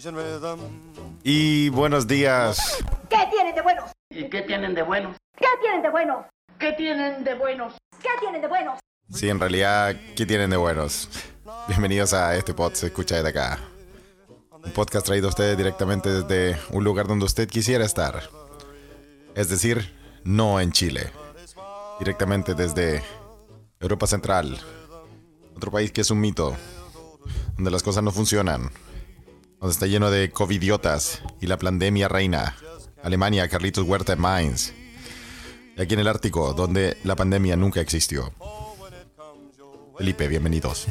Y buenos días. ¿Qué tienen de buenos? ¿Y qué tienen de buenos? ¿Qué tienen de buenos? ¿Qué tienen de buenos? ¿Qué tienen de buenos? Sí, en realidad, ¿qué tienen de buenos? Bienvenidos a este podcast, se escucha desde acá. Un podcast traído a ustedes directamente desde un lugar donde usted quisiera estar. Es decir, no en Chile. Directamente desde Europa Central. Otro país que es un mito. Donde las cosas no funcionan. Donde está lleno de covidiotas y la pandemia reina. Alemania, Carlitos Huerta en Mainz. Y aquí en el Ártico, donde la pandemia nunca existió. Felipe, bienvenidos.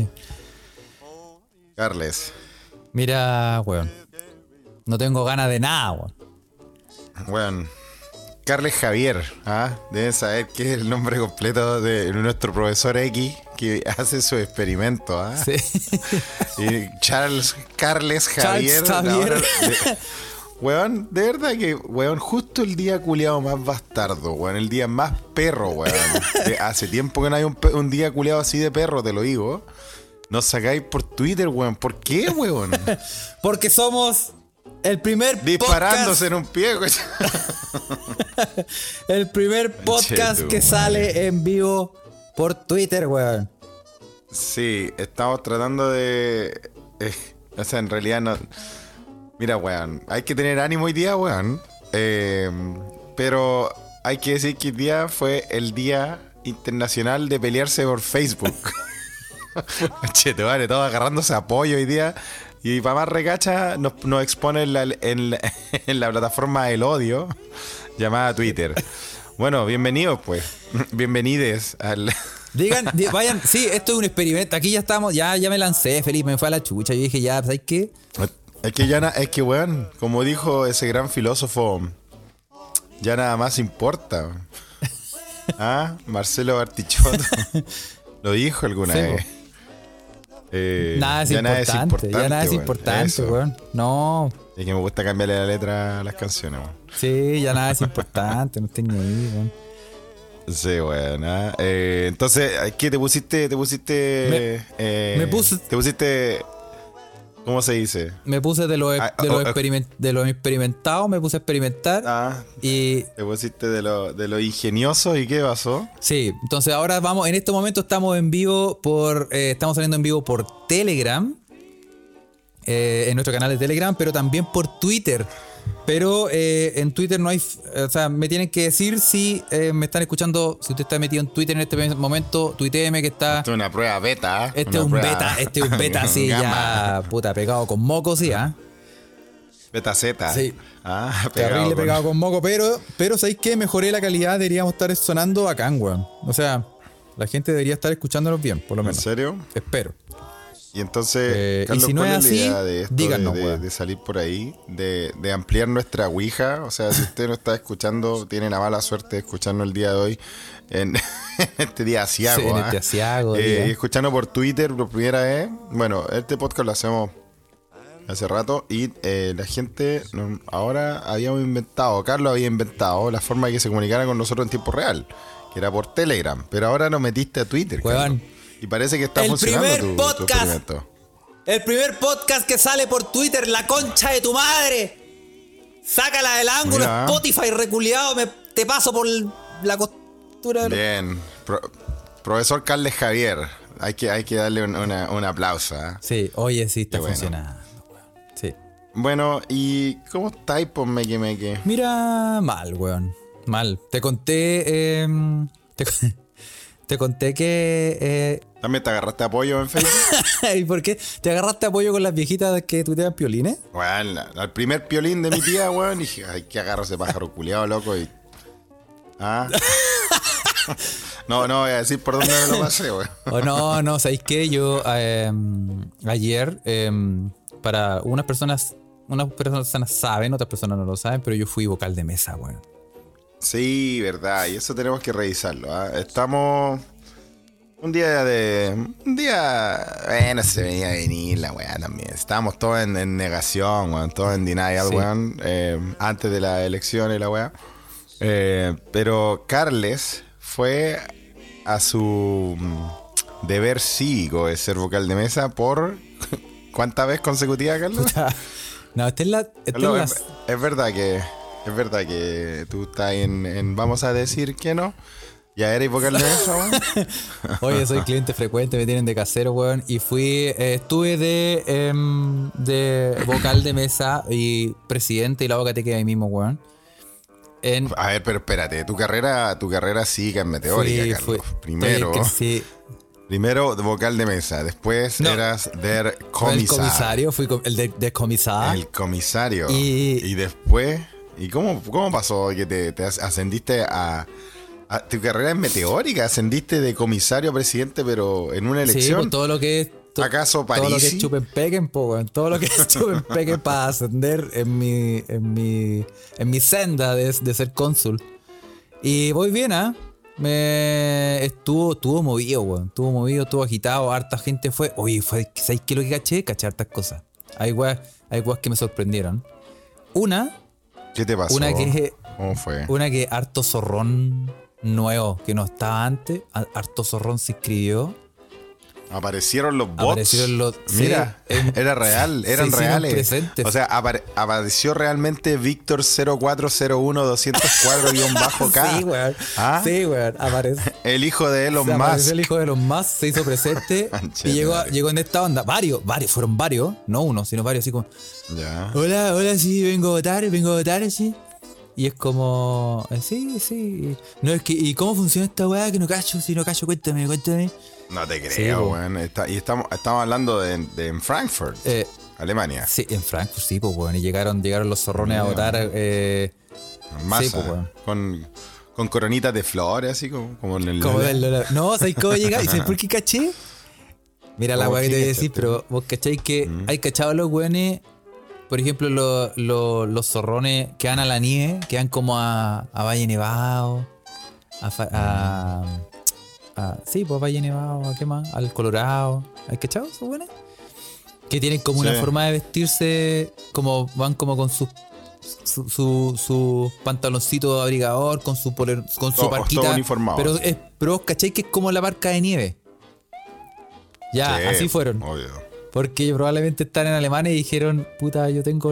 Carles. Mira, weón. No tengo ganas de nada, weón. Bueno, Carles Javier, ¿ah? Deben saber qué es el nombre completo de nuestro profesor X que hace su experimento, ¿ah? Sí. Y Carles Javier. Javier. Weón, de verdad que, weón, justo el día culiado más bastardo, weón, el día más perro, weón. Hace tiempo que no hay un día culiado así de perro, te lo digo. Nos sacáis por Twitter, weón. ¿Por qué, weón? Porque somos el primer disparándose podcast, en un pie, weón. el primer podcast que sale en vivo por Twitter, weón. Sí, estamos tratando de... o sea, en realidad no... Mira, weón, hay que tener ánimo hoy día, weón. Pero hay que decir que hoy día fue el Día Internacional de Pelearse por Facebook. Che, te vale, todos agarrándose apoyo hoy día. Y para más recacha nos expone en la plataforma del odio llamada Twitter. Bueno, bienvenidos pues. Bienvenides al... Vayan, sí, esto es un experimento. Aquí ya estamos, ya me lancé, Felipe, me fue a la chucha. Yo dije, ya, ¿sabes qué? Es que, weón, como dijo ese gran filósofo, ya nada más importa. ¿Ah? Marcelo Bartichotto lo dijo alguna vez. Nada es importante, ya nada es importante, weón. No. Es que me gusta cambiarle la letra a las canciones, weón. Sí, ya nada es importante, no tengo ahí, weón. Sí, weón. Entonces, ¿qué te pusiste? Me puse... Te pusiste... ¿Cómo se dice? Me puse de lo experimentado, me puse a experimentar. Y te pusiste de lo ingenioso. ¿Y qué pasó? Sí, entonces ahora vamos, en este momento estamos en vivo estamos saliendo en vivo por Telegram, en nuestro canal de Telegram, pero también por Twitter. Pero en Twitter no hay, o sea, me tienen que decir si me están escuchando, si usted está metido en Twitter en este momento, tuiteeme que está... Esto es una prueba beta. Este es un beta, así ya, puta, pegado con moco, sí, ¿ah? Beta Z. Sí. Terrible pegado con moco, pero ¿sabéis qué? Mejoré la calidad, deberíamos estar sonando bacán, weón. O sea, la gente debería estar escuchándonos bien, por lo menos. ¿En serio? Espero. Y entonces, Carlos, y si no ¿cuál es es así, la idea de esto, díganos, de salir por ahí, de ampliar nuestra ouija? O sea, si usted no está escuchando, tiene la mala suerte de escucharnos el día de hoy, en este día asiago. Sí, en este asiago. Y escuchando por Twitter por primera vez. Bueno, este podcast lo hacemos hace rato y la gente ahora Carlos había inventado la forma de que se comunicara con nosotros en tiempo real, que era por Telegram, pero ahora nos metiste a Twitter, Carlos. Y parece que está funcionando tu experimento. El primer podcast que sale por Twitter, la concha de tu madre. Sácala del ángulo, mira. Spotify reculeado, te paso por la costura. Bien. Profesor Carles Javier. Hay que darle un aplauso, ¿eh? Sí, oye, sí está funcionando. Sí. Bueno, ¿y cómo estáis por Meque? Mira, mal, weón. Mal. Te conté... Te conté que... ¿También te agarraste apoyo en Facebook? ¿Y por qué? ¿Te agarraste apoyo con las viejitas que tuitean piolines? Bueno, al primer piolín de mi tía, weón, dije, ay, que agarro ese pájaro culiado, loco, y... No voy a decir por dónde me lo pasé, weón. No, ¿sabéis qué? Yo ayer, para unas personas saben, otras personas no lo saben, pero yo fui vocal de mesa, weón. Sí, verdad, y eso tenemos que revisarlo, ¿eh? Estamos un día, bueno, se venía a venir la weá también. Estábamos todos en negación, weón, todos en denial, sí. Weón, antes de las elecciones la weá. Pero Carles fue a su deber cívico de ser vocal de mesa por... ¿Cuántas veces consecutiva, Carlos? No, esta es la. No, es verdad que tú estás en vamos a decir que no. Ya eres vocal de mesa, weón. Oye, soy cliente frecuente, me tienen de casero, weón. Y estuve de vocal de mesa y presidente y la boca te queda ahí mismo, weón. A ver, pero espérate, tu carrera sí que es meteórica, Carlos. Primero de vocal de mesa, después eras der comisar. El comisario, fui el de comisar. El comisario. Y después, ¿y cómo pasó que te ascendiste a tu carrera es meteórica? Ascendiste de comisario a presidente, pero en una elección. Sí, pues todo lo que es. ¿Acaso París? Todo lo que es chupenpequen, weón. Todo lo que es chupenpequen para ascender en mi senda de ser cónsul. Y voy bien, ¿ah? Estuvo movido, weón. Estuvo agitado, harta gente fue. Oye, ¿sabes qué es lo que caché? Caché hartas cosas. Hay weas que me sorprendieron. Una. ¿Qué te pasó? ¿Cómo fue? Una que harto zorrón nuevo, que no estaba antes. Harto zorrón se inscribió. Aparecieron los bots. Mira, sí, era real, eran reales. Presentes. O sea, apareció realmente Víctor 0401-204-K. Sí, weón. ¿Ah? Sí, weón. Aparece. El hijo de Elon Musk. Apareció el hijo de Elon Musk, se hizo presente y llegó en esta onda. Varios, fueron varios, no uno, sino varios, así como. Ya. Hola, sí, vengo a votar, sí. Y es como, sí. No, es que, ¿y cómo funciona esta weá? Que no cacho, cuéntame. No te creo, Sí, weón. Y estamos hablando de en Frankfurt, Alemania. Sí, en Frankfurt, sí, pues, weón. Y llegaron los zorrones a votar. En masa, sí, pues, weón. Con coronitas de flores, así como en el. No, ¿sabes cómo llega? ¿Y sabes por qué caché? Mira la weá que te voy a decir, pero vos cacháis que hay cachado los weones. Por ejemplo, los zorrones que van a la nieve, que van como a Valle Nevado, sí, pues Valle Nevado, ¿a qué más? Al Colorado. ¿Hay cachado esos buenos? Que tienen como una forma de vestirse, como van como con su pantaloncito abrigador, con su parquita. Todo uniformado. Pero ¿cachai? Que es como la parca de nieve. Ya, sí, así fueron. Obvio. Porque probablemente están en Alemania y dijeron, puta, yo tengo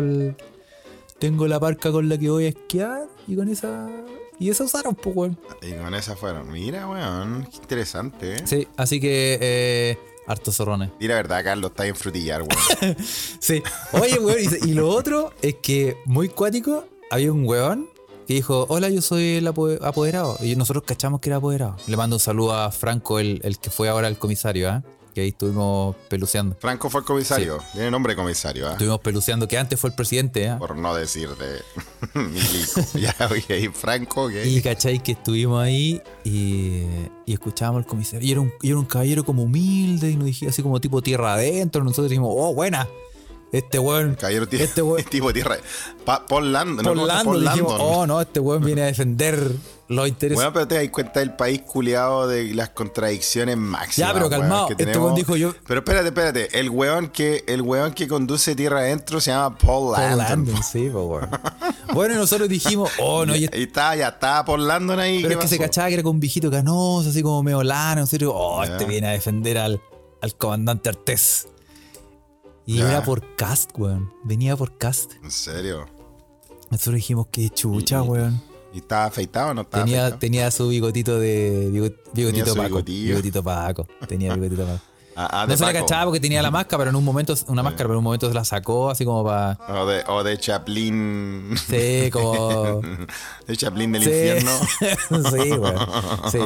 la parca con la que voy a esquiar y con esa. Y esa usaron, pues, weón. Y con esa fueron. Mira, weón, qué interesante, Sí, así que hartos zorrones. Y la verdad, Carlos, está en frutillar, weón. Sí. Oye, weón, y lo otro es que muy cuático, había un weón que dijo, hola, yo soy el apoderado. Y nosotros cachamos que era apoderado. Le mando un saludo a Franco, el que fue ahora el comisario, ¿ah? Que ahí estuvimos peluceando. Franco fue el comisario. Sí. Tiene nombre de comisario, ¿ah? Estuvimos peluceando, que antes fue el presidente, ¿ah? Por no decir de Milico. Ya, oye, y Franco, ¿qué? Y cachai que estuvimos ahí y escuchábamos al comisario. Y era un caballero como humilde y nos dije así como tipo tierra adentro. Nosotros dijimos, oh, buena. Este weón. Caballero tipo tierra. Paul Landon. Paul Landon. Dijimos, oh, no, este weón viene a defender los intereses. Bueno, pero te das cuenta del país culiado de las contradicciones máximas. Ya, pero calmado. Este weón dijo yo. Pero espérate. El weón que conduce tierra adentro se llama Paul Landon. Sí, pues weón. Bueno, y nosotros dijimos, oh, no. Ya estaba Paul Landon ahí. Pero es que se cachaba que era con un viejito canoso, así como medio lano. En serio, este viene a defender al comandante Artés. Y era por cast, weón. Venía por cast. ¿En serio? Nosotros dijimos que chucha, weón. ¿Y estaba afeitado o no estaba afeitado? Tenía su bigotito de. Bigotito Paco. Bigotillo. Bigotito Paco. Tenía bigotito Paco. No se la cachaba porque tenía la máscara, pero en un momento, se la sacó así como para. O de Chaplin. Sí, como. De Chaplin del infierno. Sí, weón. Sí.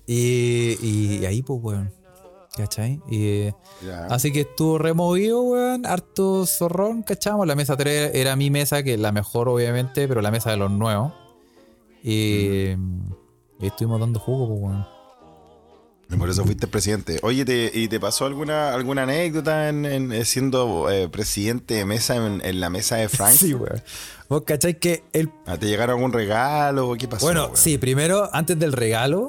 Y ahí, pues, weón. ¿Cachai? Así que estuvo removido, weón. Harto zorrón, ¿cachamos? La mesa 3 era mi mesa, que es la mejor, obviamente, pero la mesa de los nuevos. Y estuvimos dando jugo, pues, weón. Y por eso fuiste presidente. Oye, ¿y te pasó alguna anécdota en siendo presidente de mesa en la mesa de Frank? Sí, weón. ¿Vos cachai que ¿te llegaron algún regalo? ¿Qué pasó? Bueno, weón? sí, primero, antes del regalo,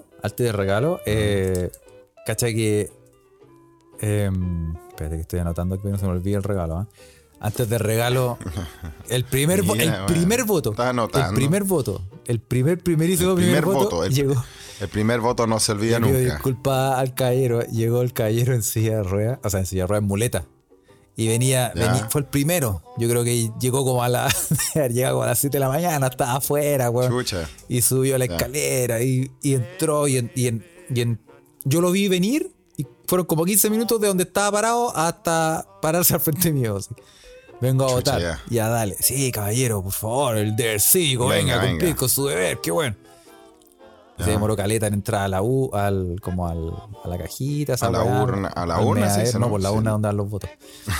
cachai que. Espérate que estoy anotando que no se me olvide el regalo, ¿eh? Antes del regalo, el primer voto. El primer voto. El primerísimo voto llegó. El primer voto no se olvida nunca. Disculpa al caballero. Llegó el caballero en silla de ruedas. O sea, en silla de ruedas, en muleta. Y venía, Ya. fue el primero. Yo creo que llegó como llegaba como a las 7 de la mañana, estaba afuera, weón. Chucha. Y subió la Ya. escalera y entró yo lo vi venir y fueron como 15 minutos de donde estaba parado hasta pararse al frente mío. Así. Vengo a Chucha, votar. ya. Ya dale. Sí, caballero, por favor, el deber cívico, venga a cumplir con su deber, qué bueno. Y se Ya. demoró caleta en entrar a la a la cajita, esa A la weá, urna, a la al urna, meadero, sí, se no, no- por la sí. urna donde dan los votos.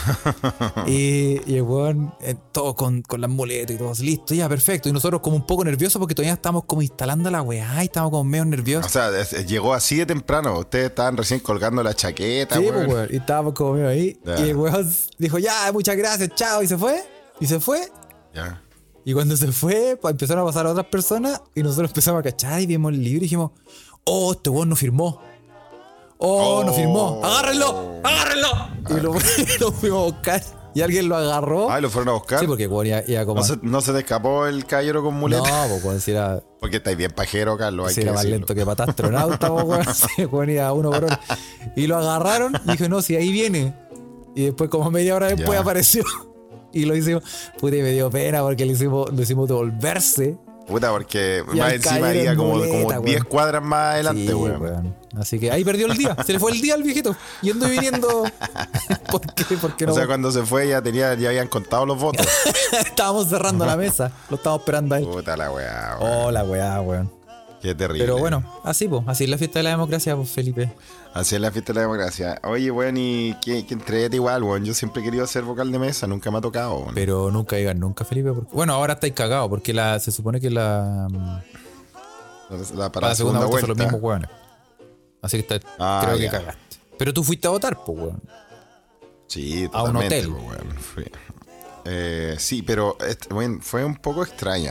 y el weón, todo con las muletas y todos listo, ya, perfecto. Y nosotros como un poco nerviosos porque todavía estábamos como instalando la weá y estábamos como medio O nerviosos. sea, llegó así de temprano. Ustedes estaban recién colgando la chaqueta, Sí, weón. pues, weón. Y estábamos como medio ahí. Ya. Y el weón dijo, ya, muchas gracias, chao. Y se fue. Y se fue. Ya. Y cuando se fue, empezaron a pasar a otras personas. Y nosotros empezamos a cachar y vimos el libro y dijimos, oh, este weón no firmó. Oh, no firmó. Agárrenlo, agárrenlo. Y lo fuimos a buscar. Y alguien lo agarró. Ah, ¿y lo fueron a buscar? Sí, porque el weón iba como. ¿No se te escapó el caballero con muleta? No, pues weón, si era. Porque estáis bien pajero, Carlos. Hay Si que era más decirlo. lento que pata astronauta, po, weón. Sí, weón, iba uno por hora. Y lo agarraron y dije, no, si ahí viene. Y después, como media hora después, Ya. apareció. Y lo hicimos. Puta, y me dio pena porque lo hicimos devolverse. Puta, porque Y más al encima caer en iba como muleta, 10 weón. cuadras más adelante, Sí, weón. weón. Así que ahí perdió el día. Se le fue el día al viejito. Yendo y viniendo. ¿Por qué? Porque no. O sea, cuando se fue ya habían contado los votos. Estábamos cerrando la mesa. Lo estábamos esperando a él. Puta la weá, weón. Oh, la weá, weón. Qué terrible. Pero bueno, así, pues. Así es la fiesta de la democracia, pues, Felipe. Así es la fiesta de la democracia. Oye, weón, y que entrete igual, weón. Yo siempre he querido ser vocal de mesa, nunca me ha tocado, weón. Pero nunca digan nunca, Felipe. Bueno, ahora estáis cagados porque se supone que Para para la segunda vuelta son los mismos hueones. Así que creo que ya. cagaste. Pero tú fuiste a votar, pues, weón. Sí, a un totalmente, hotel. pues, weón. Sí, pero weón, fue un poco extraña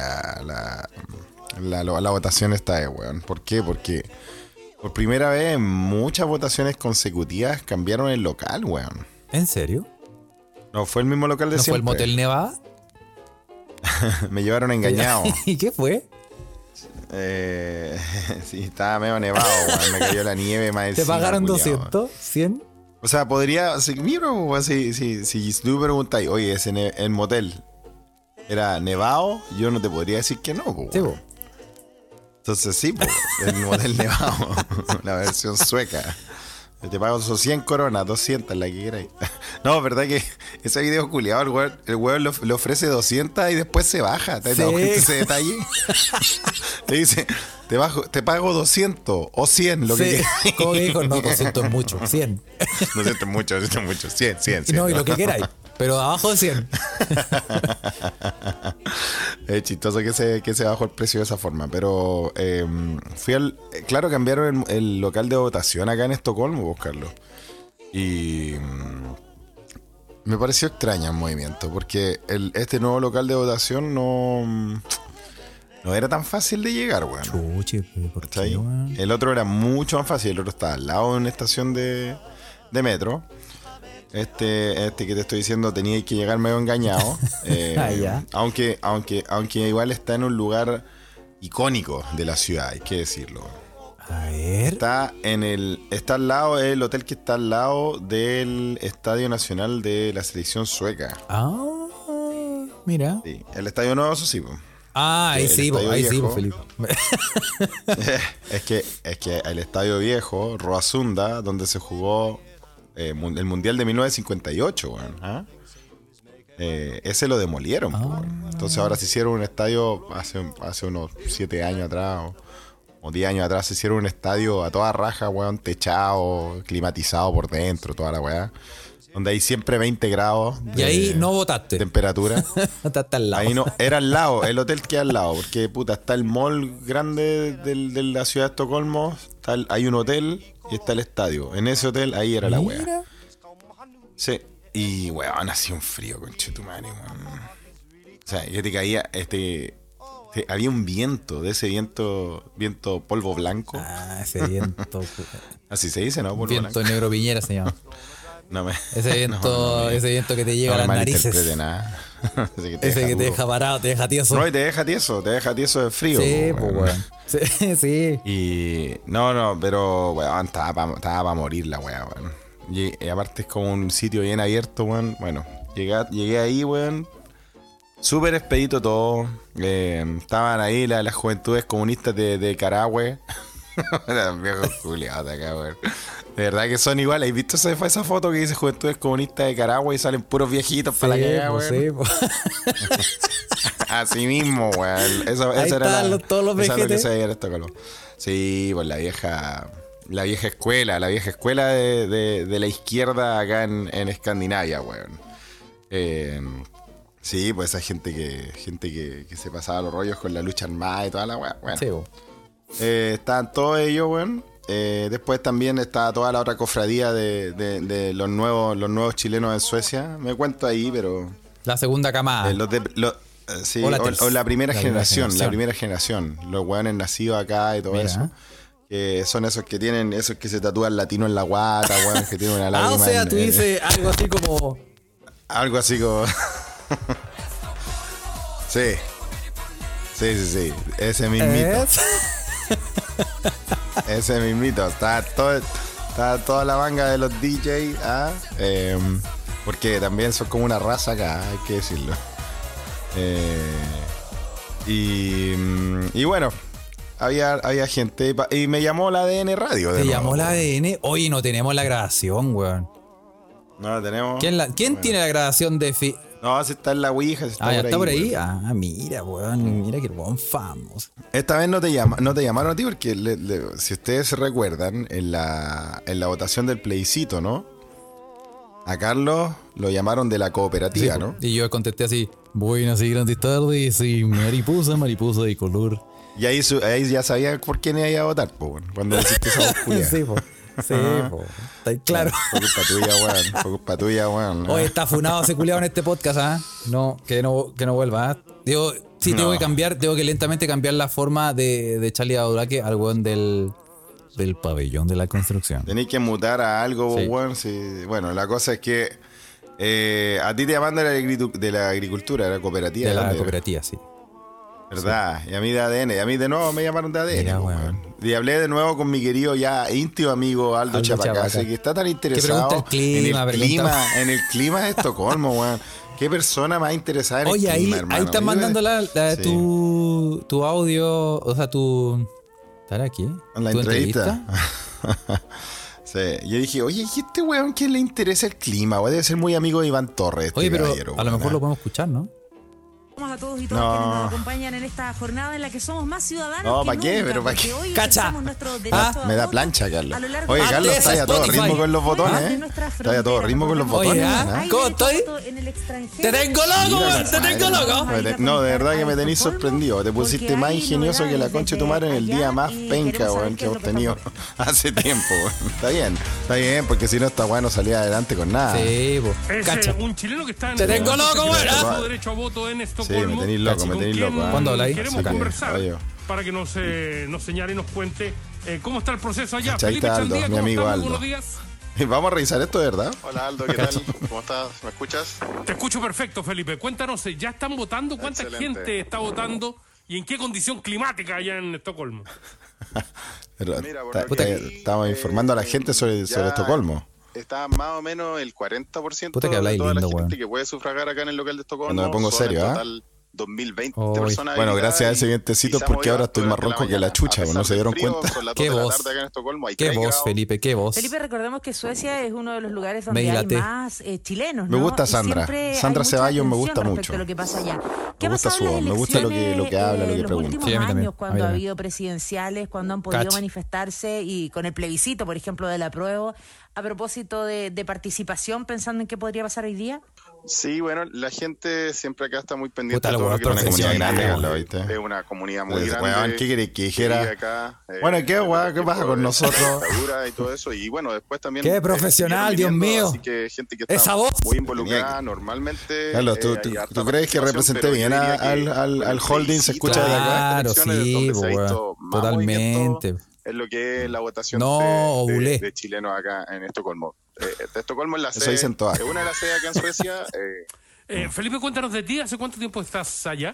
la votación esta vez, weón. ¿Por qué? Porque por primera vez en muchas votaciones consecutivas cambiaron el local, weón. ¿En serio? No fue el mismo local de ¿No fue el siempre. Motel Nevada? Me llevaron engañado. ¿Y qué fue? Sí, estaba medio nevado, weón. Me cayó la nieve más ¿Te encima, pagaron culiao. 200? ¿100? O sea, podría... Si, mira, weón, si tú me preguntáis, oye, el motel era nevado, yo no te podría decir que no, po, Sí, weón. po. Entonces sí, po, el motel nevado, la versión sueca. Te pago esos 100 coronas, 200, la que queráis. No, verdad que ese video culiado, el weón le ofrece 200 y después se baja. ¿Te has dado Sí. cuenta ese detalle? Te dice, te pago 200 o 100, lo que Sí. queráis. Como que dijo, no, 200 es mucho, 100. 200 mucho, 100, 100. No, y lo que queráis. Pero abajo de 100. Es chistoso que se bajó el precio de esa forma, pero claro, cambiaron el local de votación acá en Estocolmo, vos, Carlos. Y me pareció extraño el movimiento, porque este nuevo local de votación no era tan fácil de llegar, weón. Chuchi, ¿por ¿Está qué, ahí? weón? El otro era mucho más fácil, el otro estaba al lado de una estación de metro. Este que te estoy diciendo tenía que llegar medio engañado. Ah, ya. Aunque igual está en un lugar icónico de la ciudad, hay que decirlo. A ver. Está al lado, el hotel que está al lado del Estadio Nacional de la Selección Sueca. Ah, mira. Sí, el Estadio Nuevo, eso sí, po. Ah, ahí El sí, po, estadio ahí sí, viejo. po, Felipe. Es que el Estadio Viejo, Roasunda, donde se jugó el Mundial de 1958, weón. ¿Ah? Ese lo demolieron, po, weón. Entonces ahora se hicieron un estadio hace unos 7 años atrás o 10 años atrás, se hicieron un estadio a toda raja, weón, techado, climatizado por dentro, toda la weá, donde hay siempre 20 grados Y ahí no votaste. temperatura. Está al lado. Ahí no, era al lado, el hotel queda al lado, porque puta, está el mall grande de la ciudad de Estocolmo, hay un hotel y está el estadio. En ese hotel, ahí era la weá. Mira. Sí. Y weón, hacía un frío, conchetumare, weón. O sea, yo te caía, había un viento, de ese viento polvo blanco. Ah, ese viento. Así se dice, ¿no? Polvo Viento blanco. negro piñera se llama. No me, Ese viento, no, ese viento que te llega no a me las malinterprete narices. nada. Ese que Ese que te duro. deja parado, te deja tieso. No, y te deja tieso de frío. Sí, po, pues, weón. Sí, sí. Y no, pero weón, estaba para morir la weá, weón. Y aparte es como un sitio bien abierto, weón. Bueno, llegué ahí, weón. Súper expedito todo. Estaban ahí las juventudes comunistas de Carahue. Los viejos culiados de acá, weón. De verdad que son iguales. ¿Has visto esa foto que dice Juventudes Comunistas de Carahue y salen puros viejitos para la cagada, weón? Sí, po. Así mismo, weón. Eso Ahí era están todos los eso es lo que vejetes. se veía en Estocolmo. Sí, pues la vieja escuela de la izquierda acá en Escandinavia, weón. Sí, pues esa gente que se pasaba los rollos con la lucha armada y toda la weón. Bueno, Sí, po. estaban todos ellos, weón. Después también estaba toda la otra cofradía de los nuevos chilenos en Suecia. Me cuento ahí, pero La segunda camada. sí, O la o la primera la generación, primera la primera generación. Los weones nacidos acá y todo Mira. eso. Que son esos que se tatúan latino en la guata, weón, que tienen una lágrima. O sea, tú en- dices algo así como... algo así como. Sí. Sí. Ese mismito. ¿Es? Ese mismito. Está toda la manga de los DJs. Porque también son como una raza acá, hay que decirlo. Y bueno, había gente. Y me llamó la ADN Radio. de Te nuevo. llamó la ADN. Oye, no tenemos la grabación, weón. No la tenemos. ¿Quién Bueno. tiene la grabación de No, si está en la Ouija, si está Ah, ya está por ahí. weón. Ah, mira, weón. Mira que weón famoso. Esta vez no te llamaron a ti porque si ustedes se recuerdan, en la votación del plebiscito, ¿no? A Carlos lo llamaron de la cooperativa, Sí, ¿no? Y yo contesté así: buenas y grandes tardes, sí, mariposa de color. Y ahí ya sabía por quién iba a votar, po, weón, cuando deciste esa voz culiada. Sí, po. Sí, po. Está ahí claro. Fue culpa tuya, weón. Fue culpa tuya, weón. ¿no? Oye, está funado ese culiado en este podcast, ¿ah? No, que no vuelva, ¿ah? Digo, sí, No. tengo que lentamente cambiar la forma de Charlie Auduraque al weón del pabellón de la construcción. Tenéis que mutar a algo, Sí. weón. Sí. Bueno, la cosa es que a ti te llaman de la agricultura, de la cooperativa. De la ¿dónde? cooperativa, sí. ¿Verdad? Y a mí de ADN. Y a mí de nuevo me llamaron de ADN. Mira, po, weón. weón. Y hablé de nuevo con mi querido ya íntimo amigo Aldo Aldo Chapacase, Chapaca. que está tan pregunta interesado el clima, en el clima de Estocolmo, weón. Qué persona más interesada en Oye, el clima, ahí hermano. están Yo- mandando Sí. tu audio, o sea, tu... ¿Estará aquí? La ¿Tu entrevista. Sí. Yo dije, oye, ¿y este weón quién le interesa el clima? Debe ser muy amigo de Iván Torres. Este Oye, pero caballero, a lo weón, mejor lo podemos escuchar, ¿no? A todos y todas No. quienes nos acompañan en esta jornada en la que somos más ciudadanos. No, que ¿pa' qué? nunca, Pero ¿pa' porque qué? hoy ¡Cacha! ejercemos nuestro derecho Ah, a Me da voto plancha, Carlos. a lo largo Oye, de Carlos Antes está ahí a todo Spotify. ritmo con los botones, de ¿eh? nuestras Está ahí a todo fronteras. ritmo con los Oye, botones. ¿ah? ¿eh? Hay ¿Cómo derecho a estoy? voto en el extranjero. ¡Te tengo loco, Mira, weón! la ¡Te tengo madre. loco! No, de verdad que me tenéis sorprendido. Te pusiste Porque más hay ingenioso que la novedades concha de tu desde madre en el allá día más y penca, queremos saber weón, qué que es lo hemos que tenido hace tiempo, weón. Está bien, porque si no esta weá no salía adelante con nada. Sí, po. Es Cacha. un chileno que está en Te tengo loco, que weón, tiene ¿ah? su derecho a voto en Sí, Estocolmo. me tenéis loco, Con me tenéis quien loco. ¿ah? ¿Cuándo habláis? Queremos Así que, conversar oye, para que nos señale y nos cuente cómo está el proceso allá. Cachai, Felipe está Aldo, Chandía, mi ¿cómo amigo estás? Muy Aldo. buenos días. Vamos a revisar esto, de verdad. Hola Aldo, ¿qué tal? ¿Cómo estás? ¿Me escuchas? Te escucho perfecto, Felipe. Cuéntanos, ¿ya están votando? ¿Cuánta Excelente. gente está votando? ¿Y en qué condición climática allá en Estocolmo? Pero Mira, por está- aquí, estamos informando a la gente sobre ya Estocolmo. Está más o menos el 40% Puta que de habláis toda la lindo, gente weón. que puede sufragar acá en el local de Estocolmo. Cuando me pongo Son serio, en ¿ah? total 2020 Oy. personas. Bueno, habilitadas gracias a ese y vientecito, se ha porque movido ahora estoy durante más ronco la que la mañana. chucha, A ¿no pesar se del dieron frío, cuenta? son las ¿Qué 2 de la voz? tarde acá en Estocolmo, hay ¿Qué 3 voz, grados. Felipe? ¿Qué voz? Felipe, recordemos que Suecia es uno de los lugares donde Me hay dilate. más chilenos, Me ¿no? gusta Y Sandra. siempre hay Sandra mucha Ceballos me atención gusta respecto mucho. a lo que pasa allá. ¿Qué Me ha gusta pasado su en las voz, me gusta lo que elecciones, habla, lo que los pregunta. últimos Sí, a mí también, años, a mí cuando ha también. habido presidenciales, cuando han podido Cacha. manifestarse y con el plebiscito, por ejemplo, del apruebo, a propósito de participación, pensando en qué podría pasar hoy día? Sí, bueno, la gente siempre acá está muy pendiente Puta, de la todo weá lo que Una pasa. comunidad grande, weón. Carlos, ¿viste? Es una comunidad muy Pues, grande. weón, ¿qué querés que dijera? vive acá, Bueno, ¿qué, weón? ¿Qué pasa con de nosotros? dictadura y todo eso. Y bueno, después también. Qué profesional, siguieron Dios mío. Así que gente que está Esa voz. muy involucrada normalmente. Carlos, ¿tú hay harta crees que participación, representé pero bien yo diría que al con el holding? ¿Se escucha plebiscito desde acá? Claro, elecciones sí, donde se ha weón. visto más movimiento Totalmente. Es lo que es la votación No, ovulé. de chilenos acá en Estocolmo. De Estocolmo es la Eso sede, dicen todas. es una de las sedes acá en Suecia. Felipe, cuéntanos de ti. ¿Hace cuánto tiempo estás allá?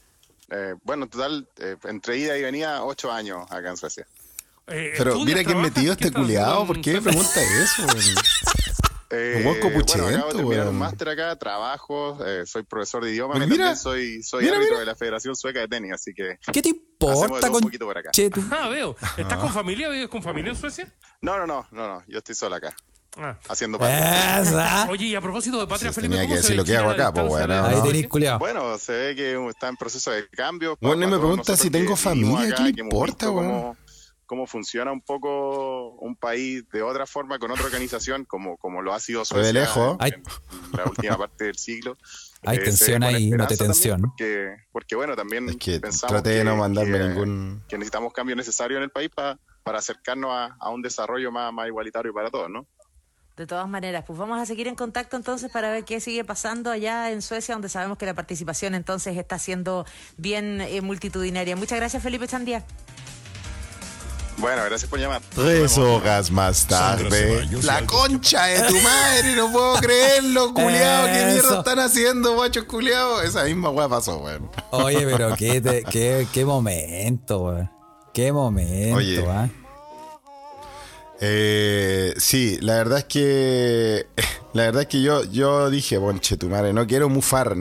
Bueno, en total, entre ida y venida, 8 años acá en Suecia. Pero ¿estudias, mira quién trabajas? metido este ¿Qué estás culiado. haciendo ¿Por en qué me Suecia? pregunta eso, weón? Un buen copuchento, bueno, acabo de terminar weón. un máster acá, trabajo, soy profesor de idioma, Pues y mira, también soy mira, árbitro mira. de la Federación Sueca de Tenis, así que ¿Qué te hacemos de importa, todo un poquito por acá. conche tu- Ah, veo. ¿Estás con familia? ¿Vives con familia en Suecia? No, yo estoy solo acá, Ah. haciendo patria. Esa. Oye, y a propósito de Patria, Sí, Felipe, tenía ¿cómo que se decir lo que define hago la acá, po, distancia weón, de- Ahí ¿no? tenéis culiao. Bueno, se ve que está en proceso de cambio. Bueno, y me todos pregunta nosotros si tengo que vivimos familia, ¿qué le que hemos importa, visto weón? cómo funciona un poco un país de otra forma, con otra organización, como lo ha sido Se ve Suecia lejos. en la última parte del siglo. Hay Se tensión ve con ahí, note esperanza tensión. también, porque bueno, también Es que pensamos traté de no mandarme que- ningún... que necesitamos cambios necesarios en el país para acercarnos a un desarrollo más igualitario para todos, ¿no? De todas maneras, pues vamos a seguir en contacto entonces para ver qué sigue pasando allá en Suecia, donde sabemos que la participación entonces está siendo bien multitudinaria. Muchas gracias, Felipe Chandía. Bueno, gracias por llamar. 3 horas más tarde. La concha de tu madre, no puedo creerlo, culiao. ¿Qué mierda Eso. están haciendo, guachos culiao? Esa misma weá pasó, weón. Oye, pero qué momento, weón. Qué momento, Oye. ¿ah? Sí, la verdad es que yo dije, bonche tu madre, no quiero mufar.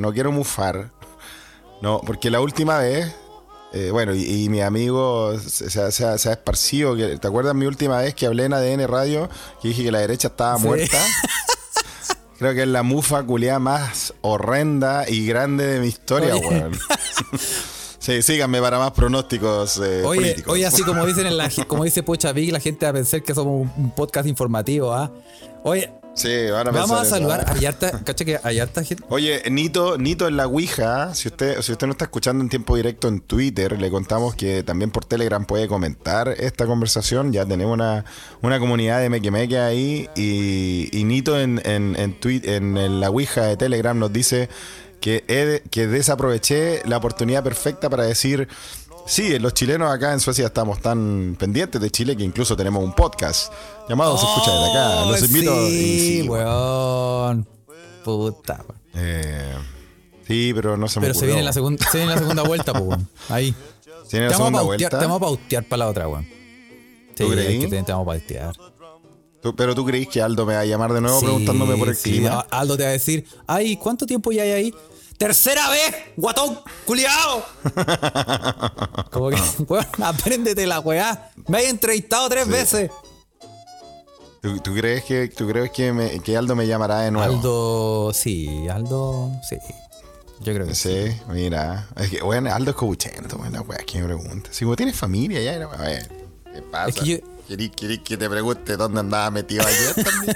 No, porque la última vez, bueno, y mi amigo se ha esparcido. ¿Te acuerdas mi última vez que hablé en ADN Radio? Que dije que la derecha estaba Sí. muerta. Creo que es la mufa culiada más horrenda y grande de mi historia, Oye. weón. Sí, síganme para más pronósticos políticos. Oye, así como dicen como dice Pocha Vic, la gente va a pensar que somos un podcast informativo, ¿ah? Oye, Sí, van a vamos pensar a eso, saludar. ¿eh? Hay harta, cacha que hay harta gente. Oye, Nito en la Ouija, si usted no está escuchando en tiempo directo en Twitter, le contamos que también por Telegram puede comentar esta conversación. Ya tenemos una comunidad de meque ahí. Y Nito en la Ouija de Telegram nos dice que desaproveché la oportunidad perfecta para decir: sí, los chilenos acá en Suecia estamos tan pendientes de Chile que incluso tenemos un podcast llamado Se Escucha Desde Acá. Los invito. Sí, y weón. Puta, weón. Sí, pero no se me Pero ocurrió. se viene la segunda vuelta, pues, weón. Ahí. ¿Tiene la segunda vuelta? Te vamos a pautear para la otra, weón. Sí, ¿Tú creí? es que te vamos a pautear. ¿Pero tú creís que Aldo me va a llamar de nuevo Sí, preguntándome por el sí. clima? Aldo te va a decir: ay, ¿cuánto tiempo ya hay ahí? ¡Tercera vez! ¡Guatón! ¡Culiao! Como que, weón, apréndete la weá. Me he entrevistado 3 veces. ¿Tú crees que Aldo me llamará de nuevo? Aldo, sí. Yo creo que sí. Sí, mira. Es que, bueno, Aldo es cobuchento, bueno, la weá que me pregunta. Si vos tienes familia ya, a ver, ¿qué pasa? Es que yo- ¿Querís que te pregunte dónde andaba metido ayer también?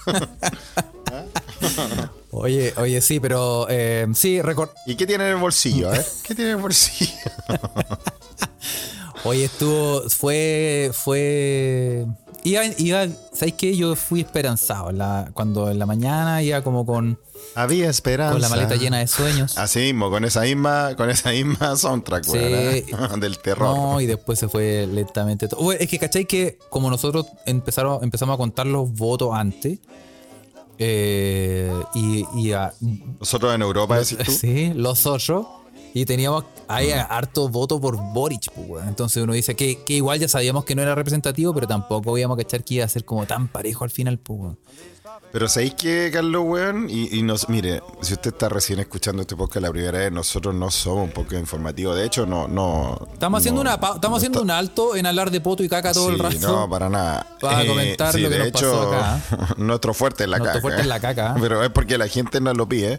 Oye, sí, pero sí, ¿Y qué tiene en el bolsillo? A ver, ¿qué tiene en el bolsillo? Oye, iba, ¿sabes qué? Yo fui esperanzado cuando en la mañana iba como con Había esperanza. la maleta llena de sueños. Así mismo, con esa misma soundtrack, Sí. weón, del terror. No, y después se fue lentamente todo. Bueno, es que, ¿cachai? Que como nosotros empezamos a contar los votos antes, Nosotros en Europa, decís tú. sí, los otros, y teníamos ahí harto voto por Boric, pues, weón. Entonces uno dice que igual ya sabíamos que no era representativo, pero tampoco íbamos a cachar que iba a ser como tan parejo al final, pues, weón. Pero ¿sabéis qué, Carlos, weón? Mire, si usted está recién escuchando este podcast la primera vez, nosotros no somos un podcast informativo. De hecho, no. Estamos haciendo haciendo un alto en hablar de poto y caca todo el Sí, rato. no, para nada. Para comentar lo que de nos hecho, pasó acá. nuestro fuerte es la Nuestro caca. fuerte es la caca. Pero es porque la gente nos lo pide.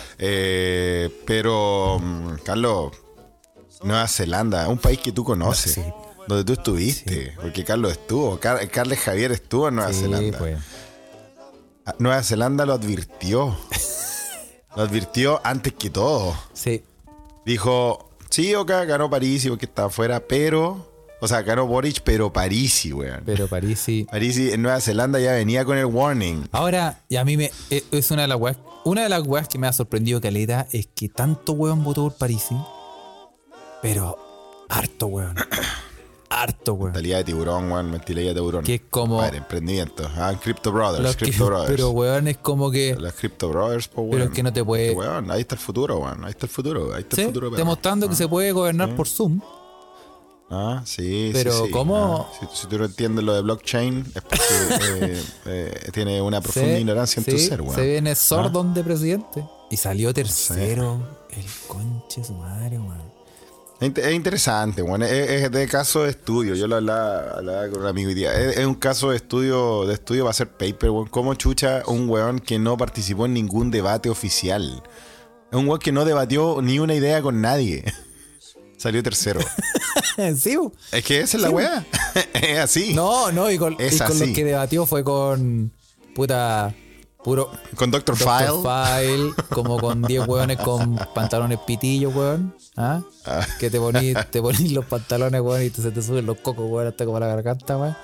Pero, Carlos, Nueva Zelanda, un país que tú conoces. Sí. Donde tú estuviste. Porque Carlos estuvo. Carles Javier estuvo en Nueva Sí, Zelanda. pues. Nueva Zelanda lo advirtió. Lo advirtió antes que todo. Sí. Dijo, sí, ok, ganó Parisi porque estaba afuera, pero... O sea, ganó Boric, pero Parisi, weón. Pero París sí. Parisi en Nueva Zelanda ya venía con el warning. Ahora, y a mí es una de las weas que me ha sorprendido caleta es que tanto weón votó por Parisi, pero harto weón. Harto weón. Mentalidad de tiburón, weón. Mentalidad de tiburón. Que es como- Padre, emprendimiento. Crypto Brothers. Los que- Crypto Brothers. pero weón es como que Las Crypto Brothers, pues, weón. Pero es que no te puede- Weón, ahí está el futuro, weón. Ahí está el futuro. Ahí está ¿sí? el futuro. perro. Demostrando que se puede gobernar por Zoom. Ah, sí, Pero, sí, sí. ¿cómo? Si tú no entiendes lo de blockchain, es porque tiene una profunda ignorancia en tu ser, weón. Se viene Sordon de presidente. Y salió tercero. El conche su madre, weón. Es interesante, weón. Es de caso de estudio. Yo lo hablaba con un amigo hoy día. Es un caso de estudio para hacer paper, weón. ¿Cómo chucha un weón que no participó en ningún debate oficial? Es un weón que no debatió ni una idea con nadie. Salió tercero. Sí, weón. Es que esa es la weá. Es así. No, y con así. lo que debatió fue con puro Con Dr. Dr. File. File, como con 10 hueones con pantalones pitillos, weón. ¿Ah? Que te ponís los pantalones, weón, y se te suben los cocos, weón, hasta como la garganta, weón.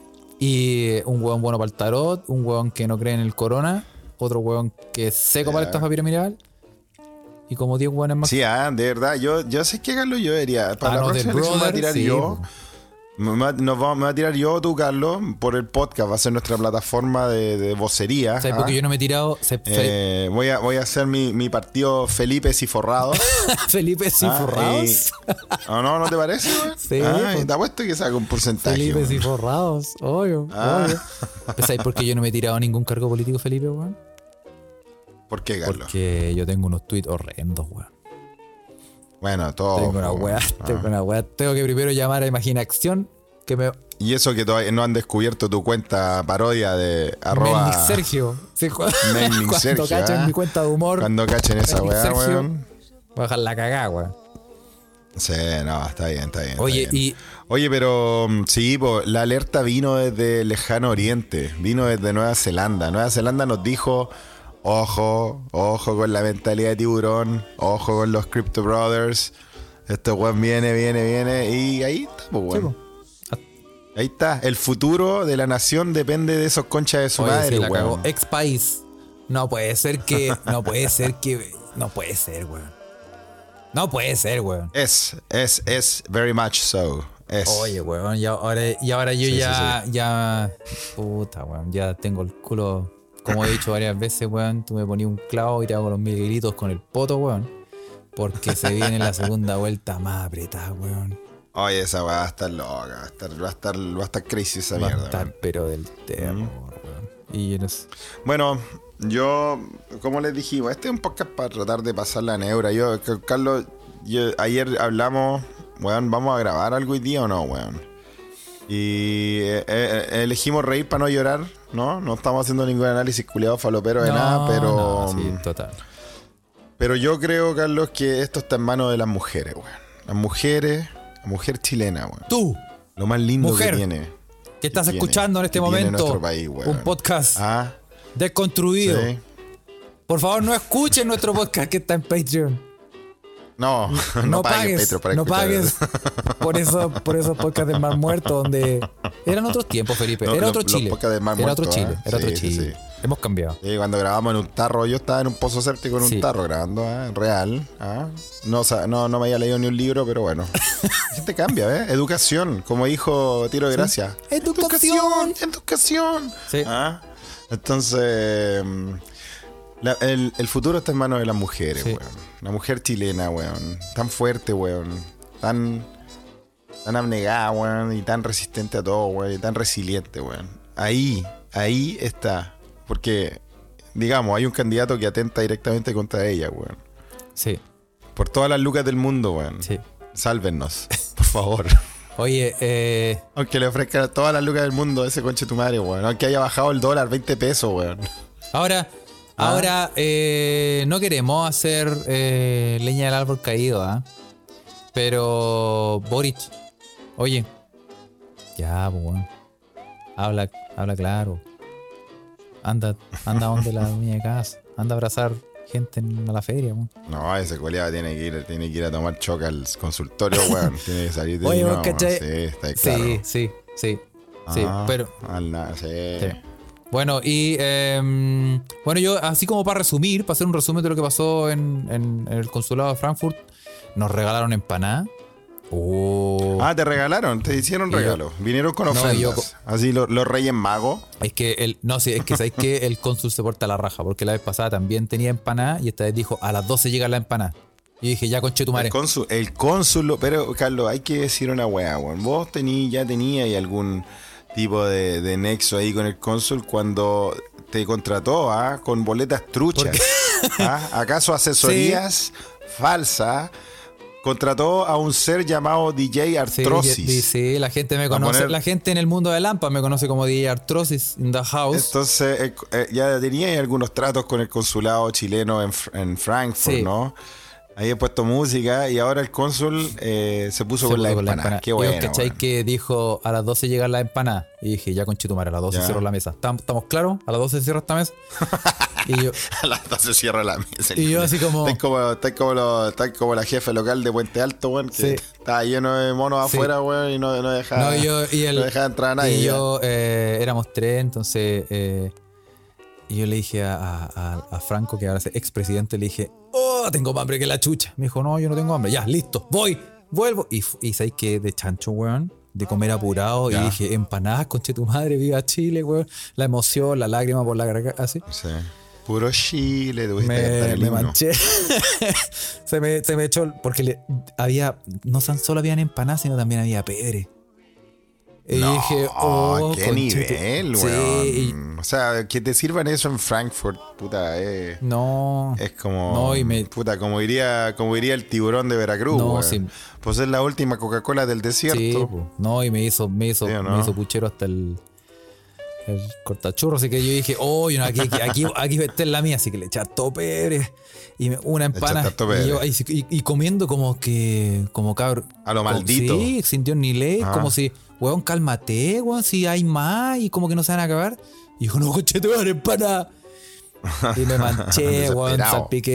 Y un hueón bueno para el tarot, un hueón que no cree en el corona, otro hueón que es seco para el estafa piramidal. Y como 10 hueones más. Sí, de verdad. Yo sé que, Carlos, yo debería. Para la del próxima elección me voy a tirar sí, yo. Me voy a tirar yo, tú, Carlos, por el podcast. Va a ser nuestra plataforma de vocería. ¿Sabes por qué yo no me he tirado? Voy a hacer mi partido Felipe Ciforrados. Felipe Ciforrados. ¿No te parece, güey? Sí. Te apuesto que saca un porcentaje. Felipe güey. Ciforrados. Obvio. ¿Sabes por qué yo no me he tirado ningún cargo político, Felipe, weón? ¿Por qué, Carlos? Porque yo tengo unos tweets horrendos, weón. Bueno, todo. Tengo una weá. Tengo que primero llamar a Imaginación. Y eso que todavía no han descubierto tu cuenta parodia de Melnick Sergio. Sí, Melnick cuando Sergio, cachen mi cuenta de humor. Cuando cachen esa Melnick weá, Sergio, weón. voy a dejar la cagada, weón. Sí, no, está bien. Oye, está bien. Oye, pero sí, la alerta vino desde Lejano Oriente, vino desde Nueva Zelanda. Nueva Zelanda nos dijo, ojo con la mentalidad de tiburón, ojo con los Crypto Brothers. Esto, weón, viene, y ahí está, pues, weón. Sí, ahí está, el futuro de la nación depende de esos conchas de su Oye, madre, sí, weón. Ex país. No puede ser, weón. No puede ser, weón. Es very much so. Oye, weón, y ahora yo Sí, ya, puta, weón, ya tengo el culo, como he dicho varias veces, weón, tú me ponías un clavo y te hago los 1000 gritos con el poto, weón, porque se viene la segunda vuelta más apretada, weón. Oye, esa weá va a estar loca, va a estar crazy esa mierda. Va a estar, weón. pero del terror, weón. Y Bueno, yo, como les dijimos, este es un podcast para tratar de pasar la neura. Carlos, ayer hablamos, weón, ¿vamos a grabar algo hoy día o no, weón? Y elegimos reír para no llorar, ¿no? No estamos haciendo ningún análisis culiado falopero de nada, pero... No, sí, total. Pero yo creo, Carlos, que esto está en manos de las mujeres, weón. La mujer chilena, weón. Tú, Lo más lindo mujer, que tiene. que estás tiene, escuchando en este que tiene momento nuestro país, weón. un podcast Ah, desconstruido. sí. Por favor, no escuchen nuestro podcast que está en Patreon. No pagues, Petro, para no escuchar pagues eso. por esos podcasts del Mar Muerto donde eran otros tiempos, Felipe. No, Era otro los Chile. podcasts del Mar Era Muerto, otro Chile. ¿eh? Era otro Sí, Chile. sí. Hemos cambiado. Sí, cuando grabamos en un tarro, yo estaba en un pozo séptico en un Sí. tarro grabando, real. No me había leído ni un libro, pero bueno. La gente cambia, ¿eh? Educación, como dijo Tiro de Gracia. ¡Educación! Educación. Sí. Entonces, el futuro está en manos de las mujeres, Sí. weón. La mujer chilena, weón. Tan fuerte, weón. Tan abnegada, weón. Y tan resistente a todo, weón. Y tan resiliente, weón. Ahí está. Porque, digamos, hay un candidato que atenta directamente contra ella, weón. Sí, Por todas las lucas del mundo, weón. sí. Sálvennos, por favor. Oye, Aunque le ofrezcan todas las lucas del mundo a ese conche tu madre, weón. Aunque haya bajado el dólar 20 pesos, weón. ahora no queremos hacer leña del árbol caído, ¿ah? Pero Boric, oye, ya, pues, weón. Habla claro. Anda donde la dueña de casa. Anda a abrazar gente a la feria, weón. No, ese coleado tiene que ir a tomar choca al consultorio, weón. Tiene que salir de Oye, nuevo, vos, ¿cachai? Sí, está ahí claro. Sí, pero... Sí. Sí. Bueno, y bueno, yo así como para resumir, para hacer un resumen de lo que pasó en el consulado de Frankfurt, nos regalaron empanadas. Oh. Te regalaron, te hicieron Y yo- regalo. Vinieron con No, ofrendas. yo- Así los Reyes Magos. Es que sabéis que el cónsul se porta a la raja, porque la vez pasada también tenía empanada y esta vez dijo a las 12 llega la empanada. Y dije, ya conche tu madre. El cónsul, pero Carlos, hay que decir una weá, weón. Vos ya tenías algún tipo de nexo ahí con el cónsul cuando te contrató, con boletas truchas. ¿Acaso asesorías falsas? Contrató a un ser llamado DJ Artrosis. Sí, la gente me conoce. La gente en el mundo de Lampa me conoce como DJ Artrosis in the house. Entonces, ya tenía algunos tratos con el consulado chileno en Frankfurt, sí, ¿no? Ahí he puesto música y ahora el cónsul se puso con la empanada. Qué bueno. ¿Cachai? Que dijo a las 12 llegan las empanadas. Y dije, ya conchetumare, a las 12 cierro la mesa. ¿Estamos claros? A las 12 cierro esta mesa. Y yo, a las 12 cierra la mesa. Y yo así como... Está como la jefe local de Puente Alto, weón, que estaba lleno de monos afuera, weón, y no dejaba entrar a nadie. Y yo éramos 3, entonces... Y yo le dije a Franco, que ahora es expresidente, le dije, tengo más hambre que la chucha. Me dijo, no, yo no tengo hambre. Ya, listo, vuelvo. Y sabéis que de chancho, weón, de comer apurado. Ya. Y dije, empanadas, conche tu madre, viva Chile, weón. La emoción, la lágrima por la garganta, así. Sí. Puro Chile, tuviste que cantar el himno. Me manché. se me echó, porque no solo habían empanadas, sino también había pebre. Y dije, qué nivel, weón. Sí, o sea, que te sirvan eso en Frankfurt, puta, no. Es como, puta, como diría el tiburón de Veracruz, weón. Sí. Pues es la última Coca-Cola del desierto. Sí, pues. No, y me hizo puchero hasta el cortachurro, así que yo dije, aquí esta es la mía, así que le eché todo pebre y una empanada y comiendo como cabrón. A lo maldito. Sí, sin Dios ni ley, como si, weón, cálmate, weón, si hay más y como que no se van a acabar. Y yo, no, coche, te voy a dar empanada. Y me manché, weón, salpique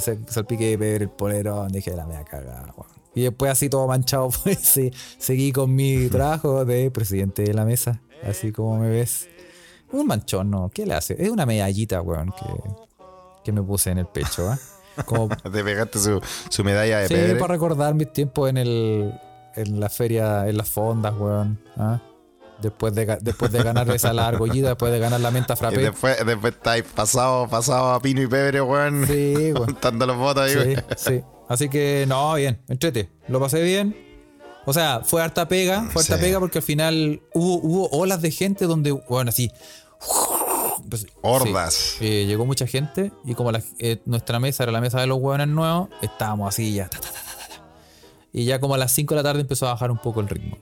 de pebre el polerón, dije, la me voy a cagar, weón. Y después así todo manchado, pues sí, seguí con mi trabajo de presidente de la mesa, así como me ves. Un manchón, ¿no? ¿Qué le hace? Es una medallita, weón, que me puse en el pecho, ¿eh? Como... Te pegaste su medalla de pebre. Sí, para recordar mis tiempos en la feria, en las fondas, weón. ¿Ah? Después de ganar esa la argollita, después de ganar la menta frappé. Y después estáis pasado a pino y pebre, weón. Sí, weón. Contando los votos ahí, weón. Sí. Así que, no, bien, entrete. Lo pasé bien. O sea, fue harta pega porque al final hubo olas de gente donde, bueno, así... Pues, hordas. Sí, llegó mucha gente y como nuestra mesa era la mesa de los hueones nuevos, estábamos así ya. Y ya como a las 5 de la tarde empezó a bajar un poco el ritmo.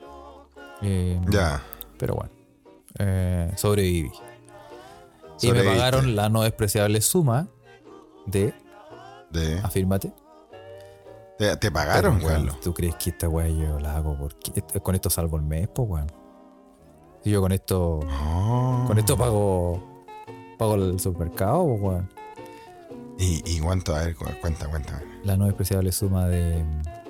Pero bueno, sobreviví. Y me pagaron la no despreciable suma de... Afírmate. ¿Te pagaron, weón? ¿Tú crees que esta weá yo la hago porque con esto salvo el mes, pues, weón? Y yo con esto pago el supermercado, pues, weón. ¿Y cuánto? A ver, cuenta. La no despreciable suma de...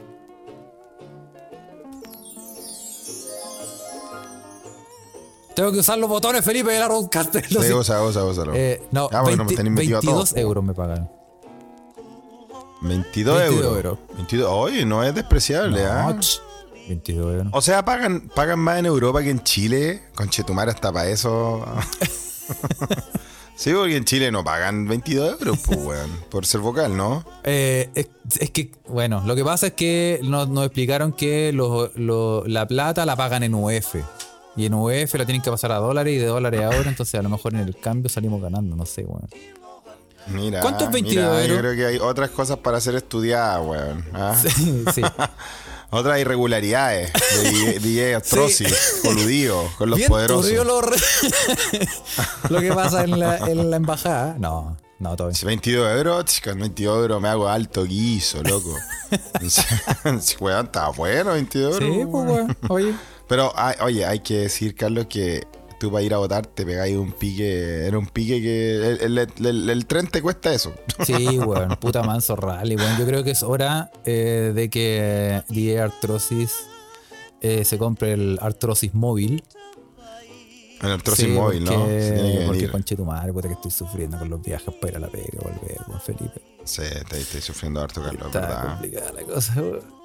Tengo que usar los botones, Felipe, de la Roadcaster. Sí, úsalo. No, 22 euros me pagaron. 22 euros. 22, oye, no es despreciable, no, 22 euros. O sea, pagan más en Europa que en Chile. Conchetumare, hasta para eso. Sí, porque en Chile no pagan 22 euros, pues, weón, por ser vocal, ¿no? Es que, bueno, lo que pasa es que nos explicaron que la plata la pagan en UF. Y en UF la tienen que pasar a dólares y de dólares a euros. Entonces, a lo mejor en el cambio salimos ganando, no sé, weón. Mira, ¿cuántos 22 euros? Yo creo que hay otras cosas para ser estudiadas, weón. Sí. Otras irregularidades de DJ Artrosis, coludido con los bien poderosos. Lo que pasa en la embajada. No, todo bien. 22 euros, chicos, 22 euros me hago alto guiso, loco. Weón, está bueno, 22 euros. Sí, pues, weón. Oye. Pero, oye, hay que decir, Carlos, que tú para ir a votar te pegáis un pique. Era un pique que el tren te cuesta eso. Sí, weón, puta manso rally, weón. Yo creo que es hora de que DJ Artrosis se compre el Artrosis móvil. El Artrosis móvil, ¿no? Porque conche tu madre, puta, que estoy sufriendo con los viajes para ir a la pega y volver, weón, Felipe. Sí, estoy sufriendo harto, Carlos, está ¿verdad? Complicada la cosa, weón.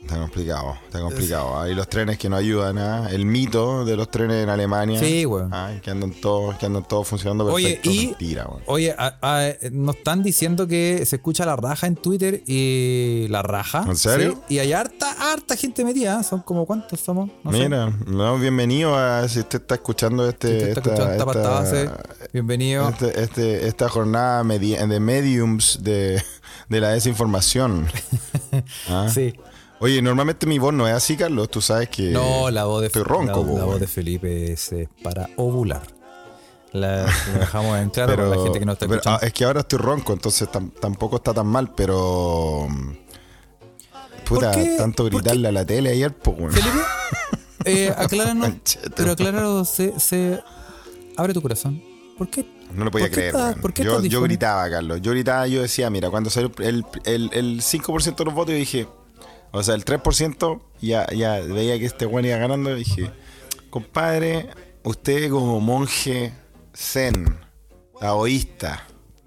Está complicado. Hay los trenes que no ayudan, ¿ah? El mito de los trenes en Alemania. Sí, weón. Que andan todos funcionando perfecto. Oye, Mentira, weón. Oye, nos están diciendo que se escucha la raja en Twitter y la raja. ¿En serio? Sí, y hay harta gente metida. Son como ¿cuántos somos? No sé. Mira, bienvenido a si usted está escuchando esta base. Bienvenido. Esta jornada de mediums de la desinformación. ¿Ah? Sí. Oye, normalmente mi voz no es así, Carlos. Tú sabes que No, la voz de estoy ronco, la voz de Felipe es para ovular. Lo dejamos en claro para la gente que no está escuchando. Es que ahora estoy ronco, entonces tampoco está tan mal, pero puta, tanto gritarle a la tele ayer, pues bueno. Felipe, acláranos, pero acláranos, abre tu corazón. ¿Por qué? No lo podía creer, yo gritaba, Carlos. Yo decía, mira, cuando salió el 5% de los votos, yo dije, o sea, el 3%, ya veía que este güey iba ganando, y dije, compadre, usted como monje zen, taoísta,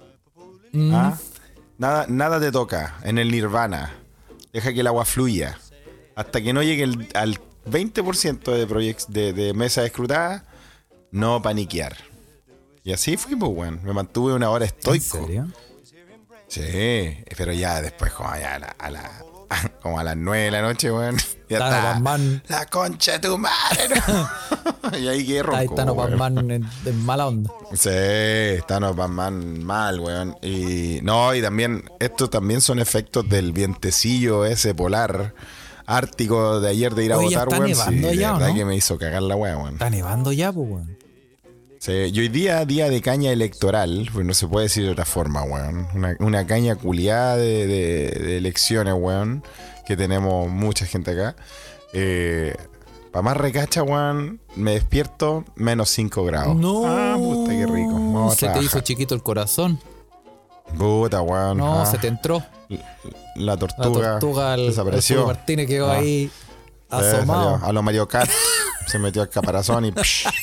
nada te toca en el nirvana. Deja que el agua fluya. Hasta que no llegue al 20% de mesa escrutada, no paniquear. Y así fui, pues, bueno. Me mantuve una hora estoico. ¿En serio? Sí, pero ya después, como como a las 9 de la noche, weón. Ya está. La concha de tu madre, ¿no? Y ahí quedé ronco. Ahí está Batman en mala onda. Sí, está Batman mal, weón. Y también, estos también son efectos del vientecillo ese polar ártico de ayer de ir a votar, weón. Está nevando ya, la verdad, ¿no? que me hizo cagar la weón, weón. Está nevando ya, pues, weón. Sí, y hoy día de caña electoral, pues no se puede decir de otra forma, weón. Una caña culiada de elecciones, weón, que tenemos mucha gente acá. Para más recacha, weón, me despierto menos 5 grados. No, puta, qué rico. Vamos a se te trabajar. hizo chiquito el corazón. Puta, weón. No, se te entró. La tortuga desapareció. Arturo Martínez quedó ahí asomado. Salió a lo Mario Kart, se metió al caparazón y...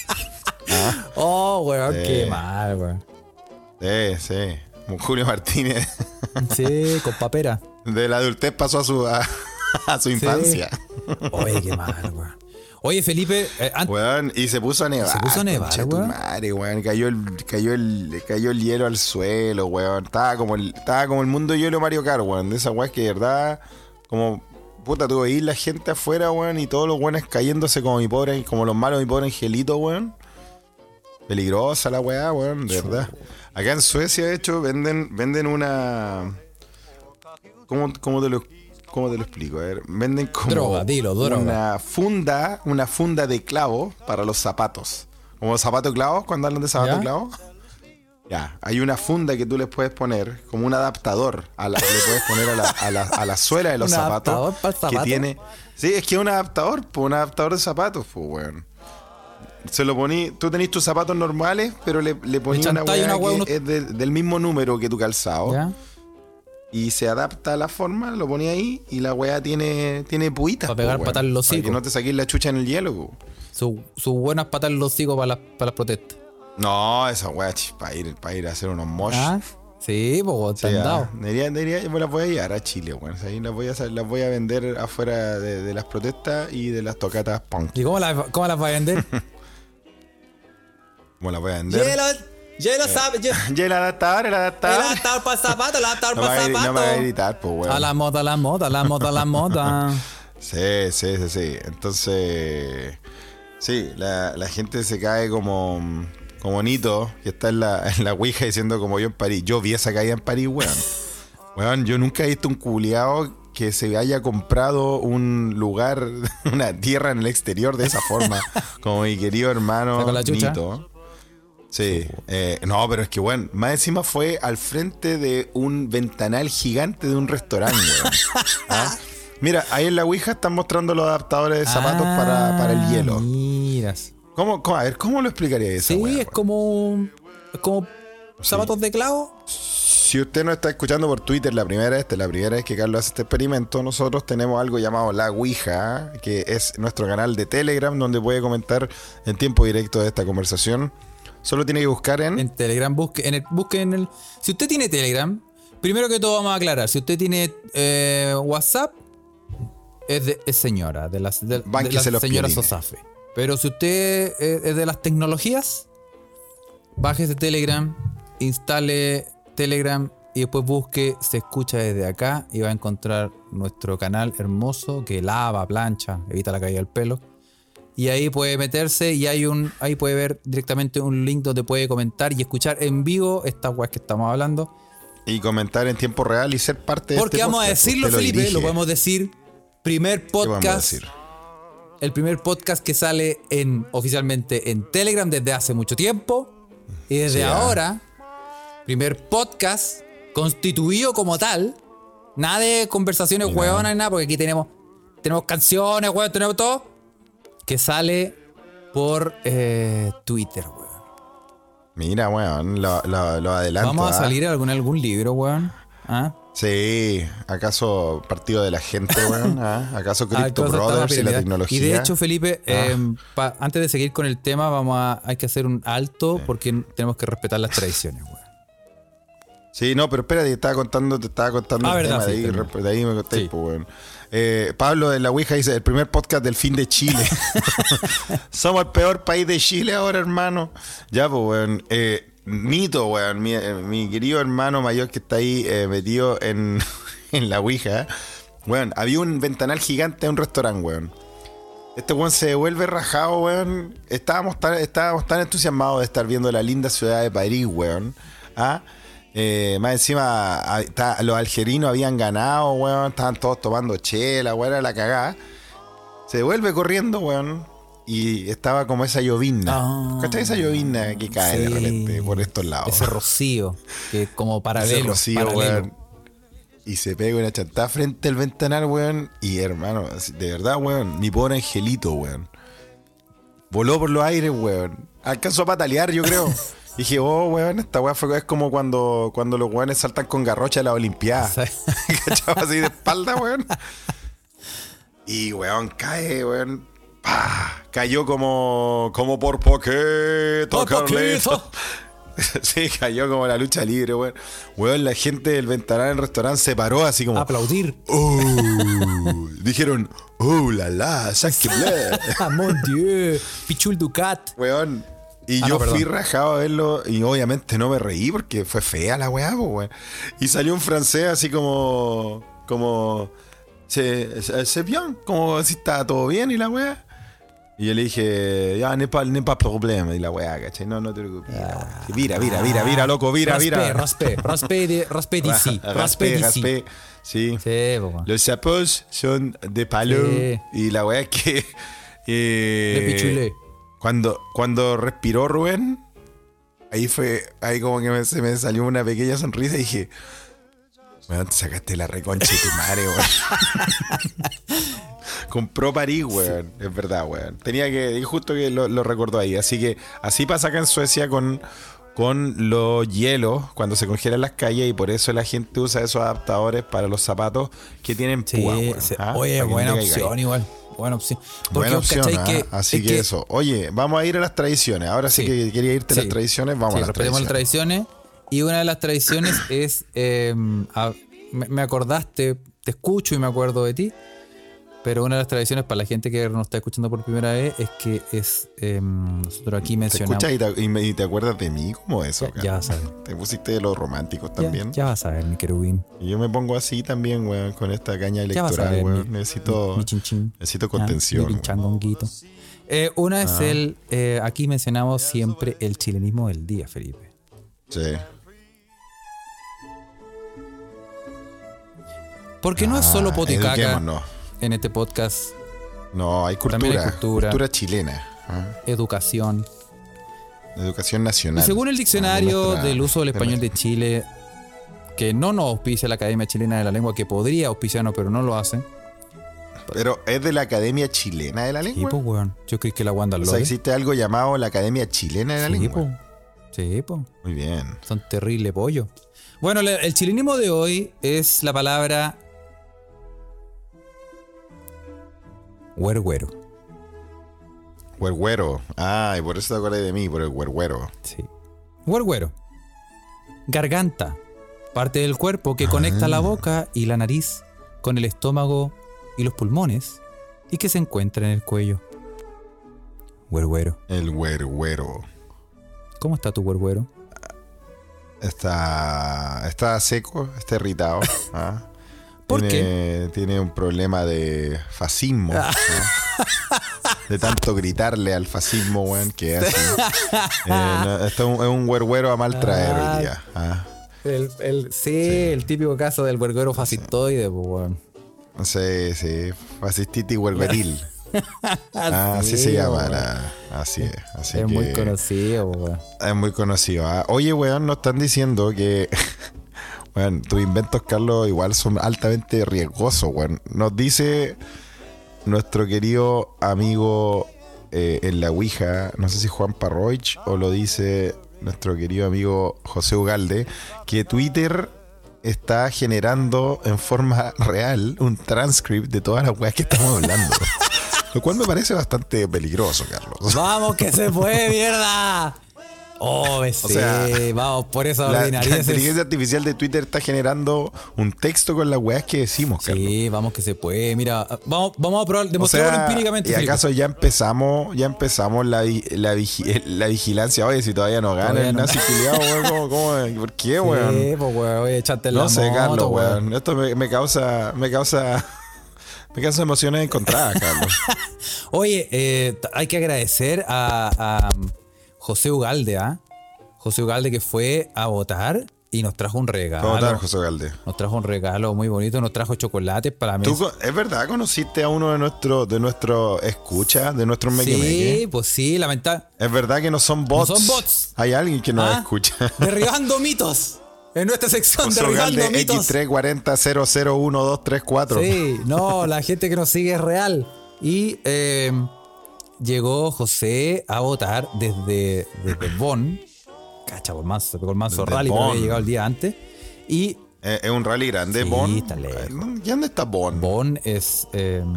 Oh, weón, Sí. qué mal, weón. Sí. Julio Martínez. Sí, con papera. De la adultez pasó a su infancia. Oye, qué mal, weón. Oye, Felipe, Weón, y se puso a nevar. Se puso a nevar, concha tu weón. madre, weón. Cayó el hielo al suelo, weón. Estaba como el mundo de hielo Mario Kart, weón. De esa weón que de verdad, como puta, tuve ahí la gente afuera, weón, y todos los weones cayéndose como los malos mi pobre angelito, weón. Peligrosa la weá, weón, de verdad. Acá en Suecia, de hecho, venden una... ¿Cómo te lo explico? A ver, venden como... Droga. Una funda de clavos para los zapatos. Como zapatos de clavos, cuando hablan de zapatos de clavos. Ya, hay una funda que tú les puedes poner, como un adaptador. Le puedes poner a la suela de los ¿Un zapatos. adaptador para el zapato? Que tiene... Sí, es que es un adaptador de zapatos, pues, weón. Se lo poní, tú tenés tus zapatos normales, pero le ponías una weá que es del mismo número que tu calzado. ¿Ya? Y se adapta a la forma, lo ponía ahí y la weá tiene puitas. Para pegar patas en los Para hocicos. que no te saques la chucha en el hielo, po. Sus buenas patas en los hocicos para las protestas. No, esa weá, para ir a hacer unos mosh. Sí, pues, Sí, te han dado. yo me las voy a llevar a Chile, weón. Ahí las voy a vender afuera de las protestas y de las tocatas punk. ¿Y cómo las va a vender? ¿Cómo las voy a vender? Hielo sabe. Y el adaptador. El adaptador para zapatos, el adaptador para No me va a zapatos. gritar, pues, weón. A la moda. Sí. Entonces, sí, la gente se cae como Nito, que está en la Ouija diciendo como yo en París. Yo vi esa caída en París, weón. Weón, yo nunca he visto un culiao que se haya comprado un lugar, una tierra en el exterior de esa forma, como mi querido hermano ¿Con la chucha? Nito. Sí, no, pero es que, bueno, más encima fue al frente de un ventanal gigante de un restaurante, weón. ¿Ah? Mira, ahí en la Ouija están mostrando los adaptadores de zapatos para el hielo. Miras. A ver, ¿cómo lo explicaría eso? Sí, es como zapatos de clavo. Si usted nos está escuchando por Twitter la primera vez que Carlos hace este experimento, nosotros tenemos algo llamado La Ouija, que es nuestro canal de Telegram, donde puede comentar en tiempo directo de esta conversación. Solo tiene que buscar En Telegram, busque en el. Si usted tiene Telegram, primero que todo vamos a aclarar. Si usted tiene WhatsApp, es señora, de la Bánquese los señora piolines. Sosafe. Pero si usted es de las tecnologías, bájese Telegram, instale Telegram y después busque Se Escucha Desde Acá y va a encontrar nuestro canal hermoso que lava, plancha, evita la caída del pelo. Y ahí puede meterse y ahí puede ver directamente un link donde puede comentar y escuchar en vivo estas weas que estamos hablando. Y comentar en tiempo real y ser parte de Porque este vamos a podcast. decirlo, Usted Felipe, dirige. lo podemos decir. Primer ¿Qué vamos a podcast. decir? El primer podcast que sale oficialmente en Telegram desde hace mucho tiempo. Y desde Sí, ahora, primer podcast constituido como tal. Nada de conversaciones Mira. huevonas ni nada, porque aquí tenemos canciones, huevón, tenemos todo. Que sale por Twitter, weón. Mira, weón, lo adelanto. Vamos a ¿ah? salir en algún libro, weón. ¿Ah? Sí, ¿acaso Partido de la Gente, weón? ¿Ah? ¿Acaso Crypto Cosas Brothers y la piramidal. tecnología? Y de hecho, Felipe, antes de seguir con el tema, hay que hacer un alto porque tenemos que respetar las tradiciones, weón. Sí, no, pero espérate, te estaba contando el verdad, tema, sí, de ahí me conté, Sí. pues, weón. Pablo de la Ouija dice, el primer podcast del fin de Chile. Somos el peor país de Chile ahora, hermano. Ya, pues, weón. Nito, weón, mi querido hermano mayor que está ahí metido en la Ouija. Weón, había un ventanal gigante en un restaurante, weón. Este weón se devuelve rajado, weón. Estábamos tan entusiasmados de estar viendo la linda ciudad de París, weón. ¿Ah? Más encima, los algerinos habían ganado, weón. Estaban todos tomando chela, weón, era la cagada. Se devuelve corriendo, weón. Y estaba como esa llovizna. ¿Cachai? Esa llovizna que cae de repente por estos lados. Ese rocío, que es como Ese paralelo. rocío, weón. Y se pega una chantada frente al ventanal, weón. Y hermano, de verdad, weón, mi pobre angelito, weón. Voló por los aires, weón. Alcanzó a patalear, yo creo. Dije, oh, weón, esta weá es como cuando los weones saltan con garrocha a la Olimpiada. ¿Cachai? Así de espalda, weón. Y, weón, cae, weón. ¡Pah! Cayó como por poquito, Carlito. Sí, cayó como la lucha libre, weón. Weón, la gente del ventanal del restaurante se paró así como... Aplaudir. Dijeron, la, sacre bleu. Ah, mon Dieu. Pichul Ducat. Weón. Y Ah, yo no, fui perdón. rajado a verlo y obviamente no me reí porque fue fea la weá, po, weón. Y salió un francés así como c'est bien, como si estaba todo bien y la weá. Y yo le dije, ya, n'est pas problème. Y la weá, ¿cachai? No te preocupes. Mira, loco, mira. Raspé d'ici. Raspé. Sí. Sí, po, weón. Los sapos son de palo. Sí. Y la weá es que... De pichulé. Cuando respiró Rubén, ahí como que se me salió una pequeña sonrisa y dije, weón, te sacaste la reconcha de tu madre, weón. Compró París, weón. Es verdad, weón. Y justo que lo recordó ahí. Así que así pasa acá en Suecia con los hielos cuando se congelan las calles y por eso la gente usa esos adaptadores para los zapatos que tienen Sí, púa, weón. sí. ¿Ah? Oye, Para que buena no te caiga opción ahí. igual. Buena opción. Porque Buena vos opción, cachai ¿ah? Así es que eso. Oye, vamos a ir a las tradiciones. Ahora sí, que quería irte a las tradiciones, vamos a las respetemos las tradiciones. tradiciones. Y una de las tradiciones es, me acordaste, te escucho y me acuerdo de ti, pero una de las tradiciones para la gente que nos está escuchando por primera vez es que nosotros aquí ¿Te mencionamos... escuchas y te acuerdas de mí como eso? Ya vas a ver. Te pusiste de los románticos también. Ya vas a ver, mi querubín. Y yo me pongo así también, weón, con esta caña Ya vas a electoral, ver, weón. Necesito chinchín. necesito Ah, contención. mi pinchangonguito. Una es aquí mencionamos siempre el chilenismo del día, Felipe. Sí. Porque no es solo poticaca Eduquémonos. en este podcast, No, hay También hay cultura. cultura. Chilena. ¿Ah? educación. Educación Y nacional. según el diccionario nuestra- del uso del español de Chile, que no nos auspicia la Academia Chilena de la Lengua, que podría auspiciarnos, pero no lo hace. Pero es de la Academia Chilena de la Sí, Lengua. pues, weón. Yo creo que la Wanda O lo sea, existe algo llamado la Academia Chilena de la Sí, Lengua. pues. Sí, pues. Muy bien. Son terrible pollo. Bueno, el chilenismo de hoy es la palabra huerguero. Huerguero. Ah, y por eso te acordé de mí, por el huerguero. Sí. Huerguero. Garganta. Parte del cuerpo que conecta la boca y la nariz con el estómago y los pulmones y que se encuentra en el cuello. Güergüero. El güergüero. ¿Cómo está tu güergüero? Está seco, está irritado. ¿Ah? ¿Por Tiene un problema de fascismo. ¿Ah? De tanto gritarle al fascismo, weón, que es así. Esto es un güergüero a mal traer hoy día. ¿Ah? El típico caso del güergüero fascistoide, pues, weón. Sí, fascistitis güergueril. Así se llama. Así es. Así es que muy conocido, weón. Es muy conocido. Oye, weón, nos están diciendo que bueno, tus inventos, Carlos, igual son altamente riesgosos, weón. Nos dice nuestro querido amigo en la Ouija, no sé si Juan Parroich o lo dice nuestro querido amigo José Ugalde, que Twitter está generando en forma real un transcript de todas las weas que estamos hablando. Lo cual me parece bastante peligroso, Carlos. ¡Vamos que se puede, mierda! Oh, sí, o sea, vamos, por eso la inteligencia artificial de Twitter está generando un texto con las weas que decimos, Carlos. Sí, vamos que se puede. Mira, vamos a probar, demostrémoslo empíricamente. ¿Y acaso ya empezamos la vigilancia? Oye, si todavía no gana el nazi culiao, ¿cómo? ¿Por qué, weón? Sí, pues, weón, oye, echate la moto. No sé, Carlos, weón. Esto me causa emociones encontradas, Carlos. Oye, hay que agradecer a José Ugalde, José Ugalde, que fue a votar y nos trajo un regalo. ¿Cómo votar, José Ugalde? Nos trajo un regalo muy bonito, nos trajo chocolates para mí. ¿Es verdad? ¿Conociste a uno de nuestros escuchas, de nuestros mequemeques? Sí, pues sí, lamentable. ¿Es verdad que no son bots? No son bots. Hay alguien que nos escucha. Derribando mitos. En nuestra sección José Derribando Ugalde, mitos. X340001234. Sí, no, la gente que nos sigue es real. Y llegó José a votar desde Bonn. Cacha, por más, se pegó el manso rally, pero había llegado el día antes. Y es un rally grande, sí, Bonn. Está lejos. ¿Y dónde está Bonn? Bonn es.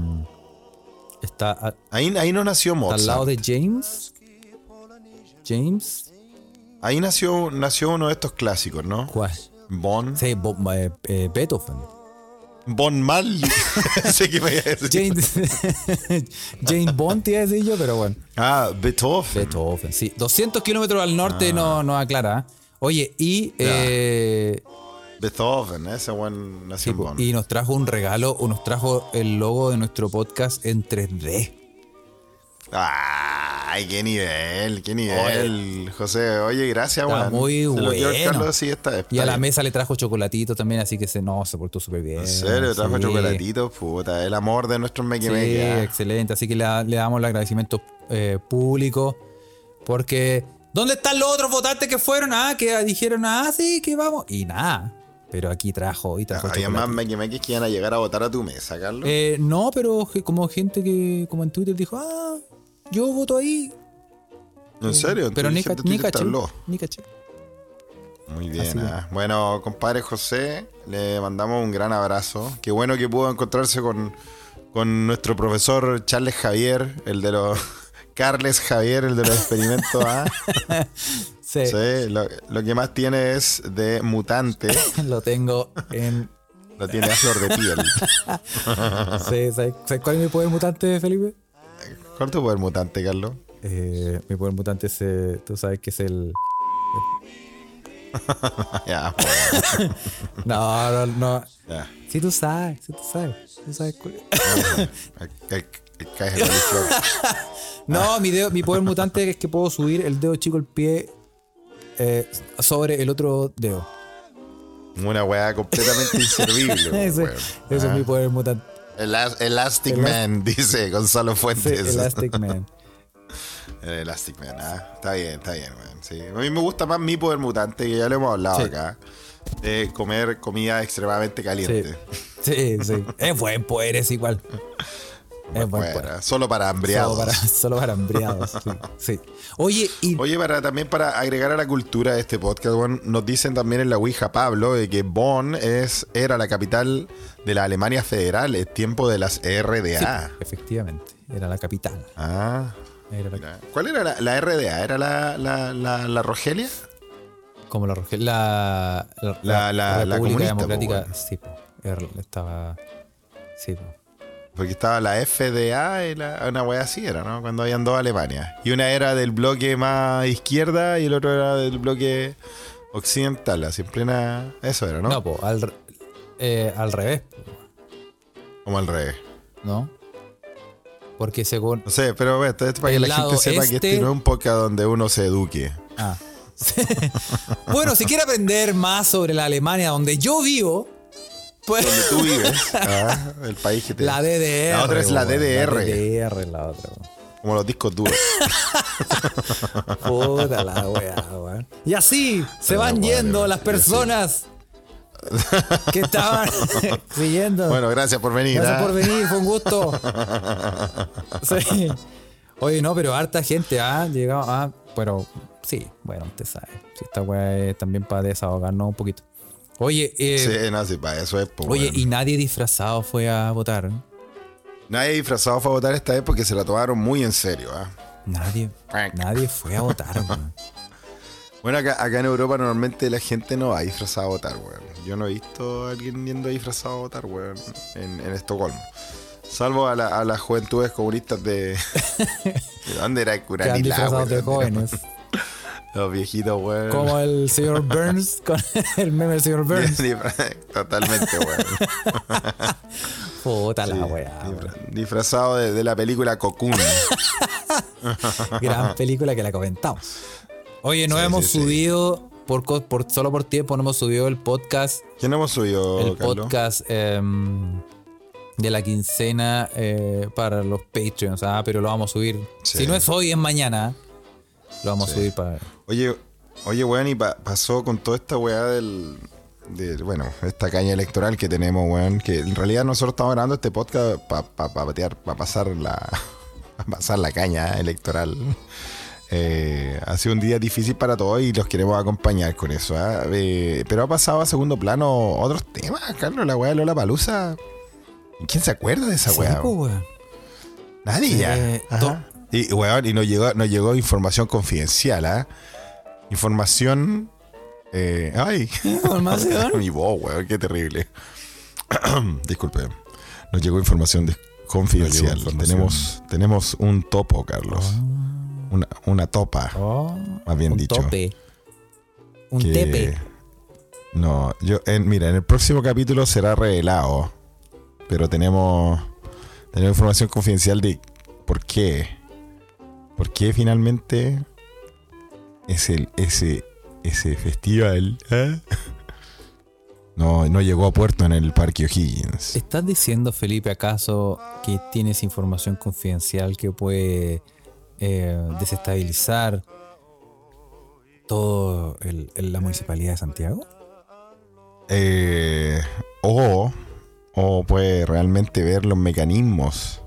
Está. Ahí no nació Mozart. Al lado de James. Ahí nació uno de estos clásicos, ¿no? ¿Cuál? Bonn. Sí, Beethoven. Bon Marley. Sé que me iba a decir. James Bond te iba a decir yo, pero bueno. Beethoven, sí. 200 kilómetros al norte no aclara. Oye, y... Beethoven, ese buen nació en Bonn. Y nos trajo un regalo, nos trajo el logo de nuestro podcast en 3D. Ay, qué nivel, oye, José. Oye, gracias, está muy bueno. Carlos, sí, está y a la mesa le trajo chocolatito también, así que se portó súper bien. ¿En serio? Trajo chocolatitos, puta, el amor de nuestros mequimeques. Sí, excelente, así que le damos el agradecimiento público, porque ¿dónde están los otros votantes que fueron? Que dijeron, sí, que vamos, y nada. Pero aquí trajo ¿Había más mequimeques que iban a llegar a votar a tu mesa, Carlos? No, pero como gente que como en Twitter dijo, yo voto ahí. ¿En serio? Pero ni caché. Muy bien. Bueno, compadre José, le mandamos un gran abrazo. Qué bueno que pudo encontrarse con nuestro profesor Charles Javier, el de los... Carles Javier, el de los experimentos. Sí, lo que más tiene es de mutante. Lo tengo en... Lo tiene a flor de piel. Sí, ¿sabes cuál es mi poder mutante, Felipe? ¿Cuál es tu poder mutante, Carlos? Mi poder mutante es... tú sabes que es el... Ya, pues. No. Ya. Sí, tú sabes. Tú sabes cuál No, mi poder mutante es que puedo subir el dedo chico, el pie, sobre el otro dedo. Una weá completamente inservible. Eso es mi poder mutante. Elastic Man, dice Gonzalo Fuentes. Sí, Elastic Man. El Elastic Man, está bien, weón. Sí. A mí me gusta más mi poder mutante, que ya lo hemos hablado acá. De comer comida extremadamente caliente. Sí. Es buen poder, es igual. Es buen poder. Solo para hambriados. Solo para hambriados, sí. Oye, también para agregar a la cultura de este podcast, bueno, nos dicen también en la Ouija, Pablo, de que Bonn era la capital de la Alemania Federal, es tiempo de las RDA. Sí, efectivamente, era la capital. ¿Cuál era la RDA? ¿Era la Rogelia? Como la Rogelia, la República Democrática, sí, estaba... Sí, Porque estaba la FDA y una wea así era, ¿no? Cuando habían dos Alemanias. Y una era del bloque más izquierda y el otro era del bloque occidental, así en plena... Eso era, ¿no? No, pues, al revés, Como al revés. ¿no? Porque según... No sé, pero esto para que El la lado gente sepa que este- este no es un podcast donde uno se eduque. Ah. Bueno, si quiere aprender más sobre la Alemania donde yo vivo, pues... Donde tú vives, el país que te... La DDR. La otra es la weón. DDR. La DDR es la otra, weón. Como los discos duros. Puta la weá, weón. Y así se Pero van bueno, yendo weón, las y personas que estaban siguiendo. Bueno, gracias por venir. Gracias ¿ah? por venir, fue un gusto. Sí. Oye, no, pero harta gente ha llegado. Pero sí, bueno, usted sabe. Si esta weá es también para desahogarnos un poquito. Oye, Sí, no, sí, para eso es. Pues, oye, bueno. y nadie disfrazado fue a votar. Nadie disfrazado fue a votar esta vez porque se la tomaron muy en serio. ¿ah? Nadie fue a votar, weón. Bueno, acá en Europa normalmente la gente no va disfrazada a votar, weón. Yo no he visto a alguien yendo disfrazado a votar, weón, en Estocolmo. Salvo a las juventudes comunistas de... ¿De dónde era? Quedan Curanilá, disfrazados de weón. jóvenes. Los viejitos, weón. Como el señor Burns, con el meme del señor Burns. Totalmente, weón. Puta la Sí, weá, weón. disfrazado de la película Cocoon. Gran película que la comentamos. Oye, no Sí, hemos sí, sí. subido, solo por tiempo, no hemos subido el podcast. ¿Quién hemos subido, El Carlos? podcast de la quincena para los Patreons. Pero lo vamos a subir. Sí. Si no es hoy, es mañana. Lo vamos a subir para... Oye, weón, y pasó con toda esta weá bueno, esta caña electoral que tenemos, weón, que en realidad nosotros estamos grabando este podcast para pasar la caña electoral. Ha sido un día difícil para todos y los queremos acompañar con eso, pero ha pasado a segundo plano otros temas, Carlos, la weá de Lollapalooza. ¿Quién se acuerda de esa Sí, weá? po, weón. Nadie ya. Ajá. Y, weón, y nos llegó información confidencial, ¿ah? Información. Ay. Información. Mi voz, weón, qué terrible. Disculpe. Nos llegó información confidencial. Tenemos un topo, Carlos. Una topa. Más bien un dicho. Tope. Un que- tepe. No, mira, en el próximo capítulo será revelado. Pero tenemos información confidencial de por qué. ¿Por qué finalmente ese festival no llegó a puerto en el Parque O'Higgins? ¿Estás diciendo, Felipe, acaso que tienes información confidencial que puede desestabilizar todo la municipalidad de Santiago? O puede realmente ver los mecanismos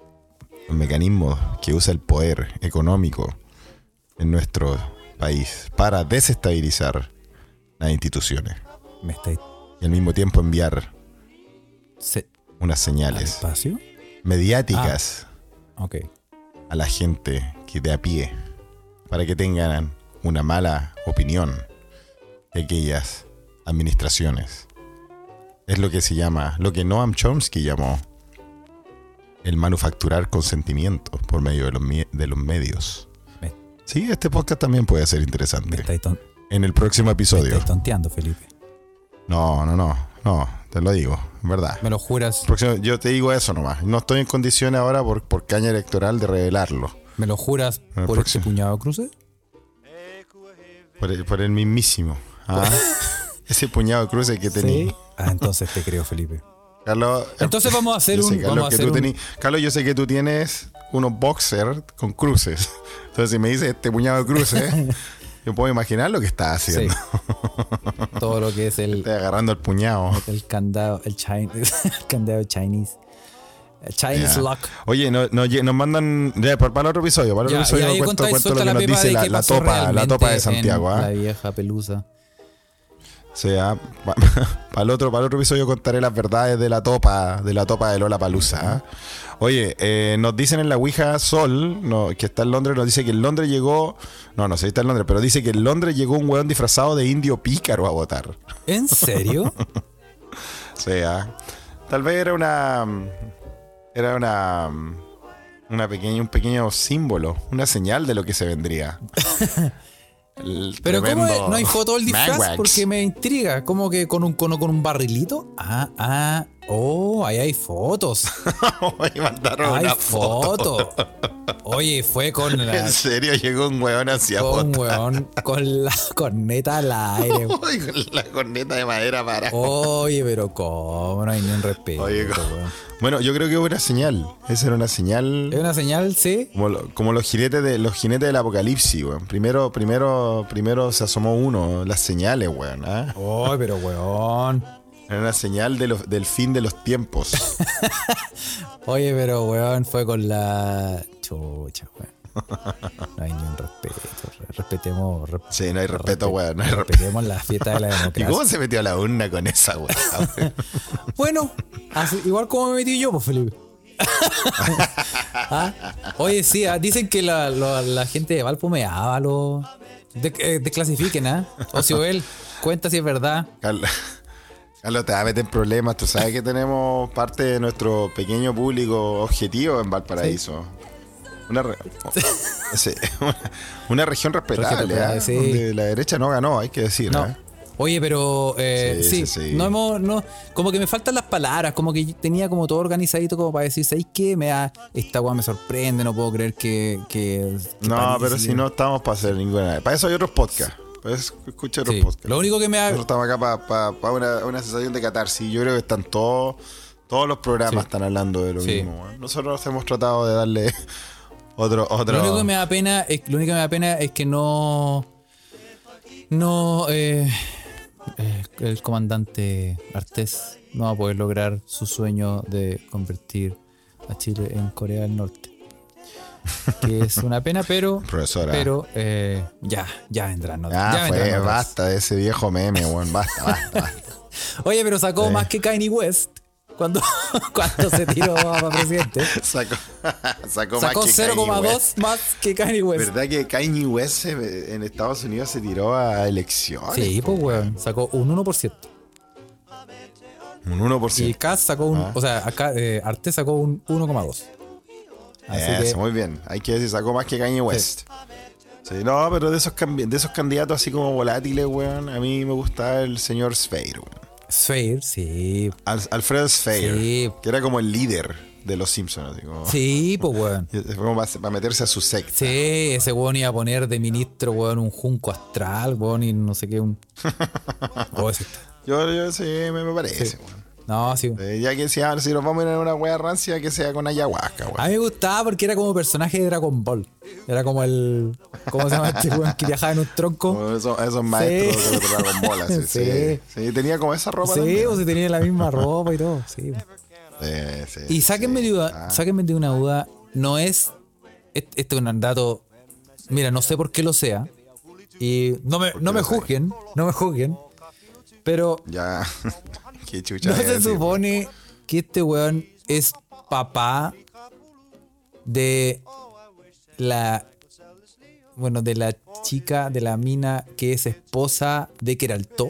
que usa el poder económico en nuestro país para desestabilizar las instituciones ¿Me estáis y al mismo tiempo enviar unas al señales espacio? mediáticas Ok. a la gente que de a pie para que tengan una mala opinión de aquellas administraciones. Es lo que se llama, lo que Noam Chomsky llamó el manufacturar consentimiento por medio de los medios. Sí, este podcast también puede ser Me interesante. estáis En el próximo episodio. tonteando, Felipe. No, te lo digo, en verdad. ¿Me lo juras? Yo te digo eso nomás. No estoy en condiciones ahora por caña electoral de revelarlo. ¿Me lo juras En el por este próximo. puñado de cruces? Por el mismísimo. Ese puñado de cruces que tenía. Sí. Entonces te creo, Felipe. Carlos. Entonces vamos a hacer yo sé, un... Carlos, Vamos a que hacer tú un... tení- Carlos, yo sé que tú tienes unos boxers con cruces. Entonces, si me dices este puñado de cruces, yo puedo imaginar lo que estás Sí. haciendo. Todo lo que es el Estoy agarrando el puñado. candado, el candado Chinese. El Chinese Ya. lock. Oye, nos mandan ya, para el otro episodio. Para el otro Ya, y episodio ahí cuento contáis, lo suelta que la nos pepa dice de qué la pasó topa de realmente Santiago. en ¿ah? La vieja pelusa. O sea, para el otro episodio contaré las verdades de la topa de Lollapalooza. Oye, nos dicen en la Ouija Sol, que está en Londres, nos dice que en Londres llegó, no sé si está en Londres, pero dice que en Londres llegó un weón disfrazado de indio pícaro a votar. ¿En serio? O sea, tal vez era Era un pequeño símbolo, una señal de lo que se vendría. Pero ¿cómo tremendo no hay foto del disfraz? Magwax. Porque me intriga. ¿Cómo que con un barrilito? Ahí hay fotos. Hoy mandaron Hay una foto. foto. Oye, fue con En serio, llegó un weón hacia con foto. weón, con la corneta al aire. Uy, con la corneta de madera para. Oye, pero ¿cómo? No hay ni un respeto. Oye, weón. bueno, yo creo que hubo una señal. Esa era una señal. Es una señal, sí. Como los jinetes del apocalipsis, weón. Primero se asomó uno, las señales, weón. ¿Ah? Oye, pero weón. Era una señal del fin de los tiempos. Oye, pero weón, fue con la chucha, weón. No hay ni un respeto. Respetemos. Sí, no hay respeto, weón. No hay respeto. Respetemos la fiesta de la ¿Y democracia. cómo se metió a la urna con esa weón? Bueno, igual como me metí yo, pues Felipe. ¿Ah? Oye, sí, dicen que la gente de Valpo me ama, desclasifiquen, ¿ah? Ocioel, cuenta si es verdad. Carlos, te va a meter en problemas. Tú sabes que tenemos parte de nuestro pequeño público objetivo en Valparaíso. Sí, una región respetable, Respetable, ¿eh? sí. Donde la derecha no ganó, hay que decir. No. ¿eh? Oye, pero Sí. no, como que me faltan las palabras, como que tenía como todo organizadito como para decir, ¿sabes qué? Esta weá me sorprende, no puedo creer que No, París pero si no estamos para hacer ninguna. Para eso hay otros podcasts. Para eso escucha otros Sí. podcasts. Lo único que me Nosotros estamos acá para una sensación de catarsis. Yo creo que están todos los programas Sí. están hablando de lo Sí. mismo. ¿eh? Nosotros hemos tratado de darle otro. Lo único que me da pena es que no el comandante Artés no va a poder lograr su sueño de convertir a Chile en Corea del Norte. Que es una pena, pero Profesora. ya vendrán. Ya fue, basta de ese viejo meme, weón. Basta. Oye, pero sacó más que Kanye West cuando se tiró a presidente. Sacó Sacó más que Kanye 0,2 West. más que Kanye West. ¿Verdad que Kanye West en Estados Unidos se tiró a elecciones? Sí, pues weón, sacó un 1%. Un 1%. Y Kass sacó o sea, acá Artés sacó un 1,2. Así Eso, que muy bien. Hay que decir, sacó más que Kanye West. Sí, no, pero de esos candidatos así como volátiles, weón, a mí me gusta el señor Sveir, weón. Sveir, sí. Alfredo Sveir, Sí. que era como el líder de los Simpsons. Así como, Sí, pues weón. como para meterse a su secta. Sí, ese weón iba a poner de ministro, weón, un junco astral, weón, y no sé qué, Oh, ese- Yo sí, me parece, Sí. weón. No, sí. Ya que si nos vamos a ir a una wea rancia, que sea con ayahuasca, weón. A mí me gustaba porque era como personaje de Dragon Ball. Era como el... ¿Cómo se llama este weón que viajaba en un tronco? Como esos maestros de Dragon Ball, así, Sí. sí, tenía como esa ropa Sí, también. o se tenía la misma ropa y todo, sí. Sí, Y sáquenme de una duda, no es... Este es un dato... Mira, no sé por qué lo sea. Y no me juzguen, pero Ya. Qué chucha. no voy a se decir. supone que este weón es papá de la... Bueno, de la chica, de la mina que es esposa de Keraltó.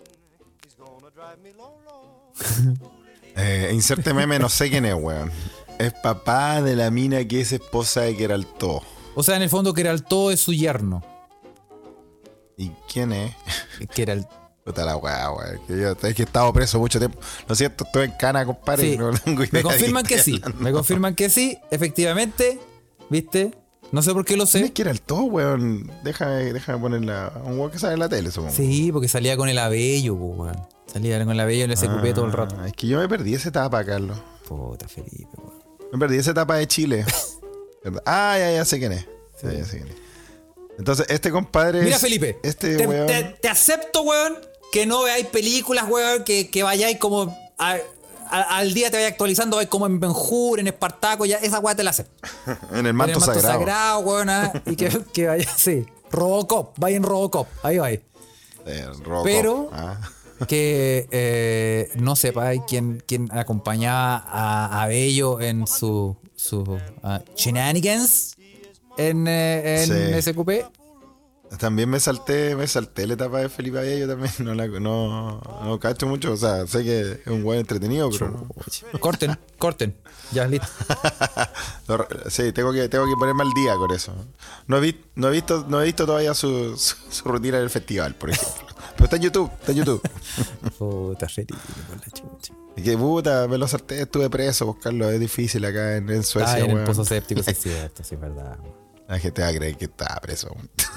Inserte meme, no sé quién es, weón. Es papá de la mina que es esposa de Keraltó. O sea, en el fondo Keraltó es su yerno. ¿Y quién es? Keraltó. Puta la weá, weón. Es que he estado preso mucho tiempo. Lo siento, estoy en cana, compadre. Sí. y no tengo idea Me de confirman qué que sí. estoy Me confirman que sí, efectivamente. ¿Viste? No sé por qué lo ¿Quién es sé. Keraltó, weón? Déjame ponerla. Un weón que sale en la tele, supongo. Sí, porque salía con el Abello, pues, weón. Salía con el Abello en el SQP todo el rato. Es que yo me perdí esa etapa, Carlos. Puta, Felipe, weón. Me perdí esa etapa de Chile. ¿Verdad? Ya sé quién es. Ya sé quién es. Entonces, este compadre. Mira, es- Felipe. Este te, weón. te acepto, weón, que no veáis películas, weón, que vayáis como. Al día te vayas actualizando, vais como en Ben-Hur, en Espartaco, ya esa weá te la acepto. En el manto, En el manto sagrado. weón, y que vaya, sí. Robocop, vaya en Robocop, ahí vais. Robocop. Pero Ah. que no sepáis quién acompañaba a Bello en su shenanigans en Sí. SQP. También me salté la etapa de Felipe Abello también. No cacho mucho. O sea, sé que es un buen entretenido, pero no. Corten. Ya, listo. Sí, tengo que ponerme al día con eso. No he visto todavía su rutina del festival, por ejemplo. Pero está en YouTube. Puta, Felipe, por la chucha. Y que puta, me lo salté, estuve preso, buscarlo. Es difícil acá en Suecia, En el weón. pozo séptico, sí es cierto, sí es verdad. La gente va a creer que estaba preso.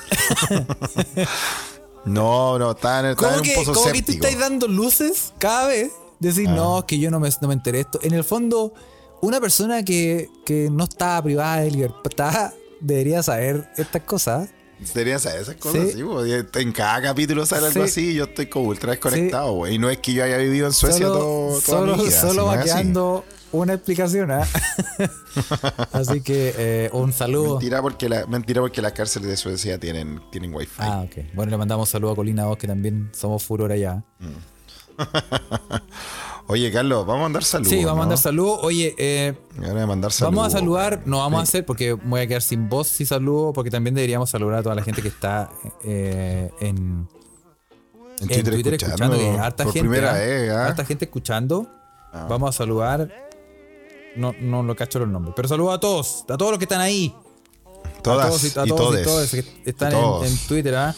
No, estaba en un pozo séptico. ¿Cómo que tú estás dando luces cada vez? Decir, no, es que yo no me enteré esto. En el fondo, una persona que no está privada de libertad debería saber estas cosas. Debería saber esas cosas, sí, pues. En cada capítulo sale algo así y yo estoy como ultra desconectado, güey. Y no es que yo haya vivido en Suecia toda mi vida. Solo va es así. quedando una explicación, ¿eh? Así que un saludo. Mentira porque las cárceles de Suecia tienen wifi. Ah, ok. Bueno, le mandamos saludo a Colina 2, que también somos furor allá. Oye, Carlos, vamos a mandar saludos. Sí, vamos a mandar saludos. Oye, Ahora a mandar saludos. vamos a saludar, no vamos a hacer porque voy a quedar sin voz si saludo, porque también deberíamos saludar a toda la gente que está en Twitter escuchando, que hay harta por gente. Primera vez, harta gente escuchando. Vamos a saludar. No lo cacho los nombres, pero saludo a todos los que están ahí. Todas a todos y todas que están en Twitter, ¿ah?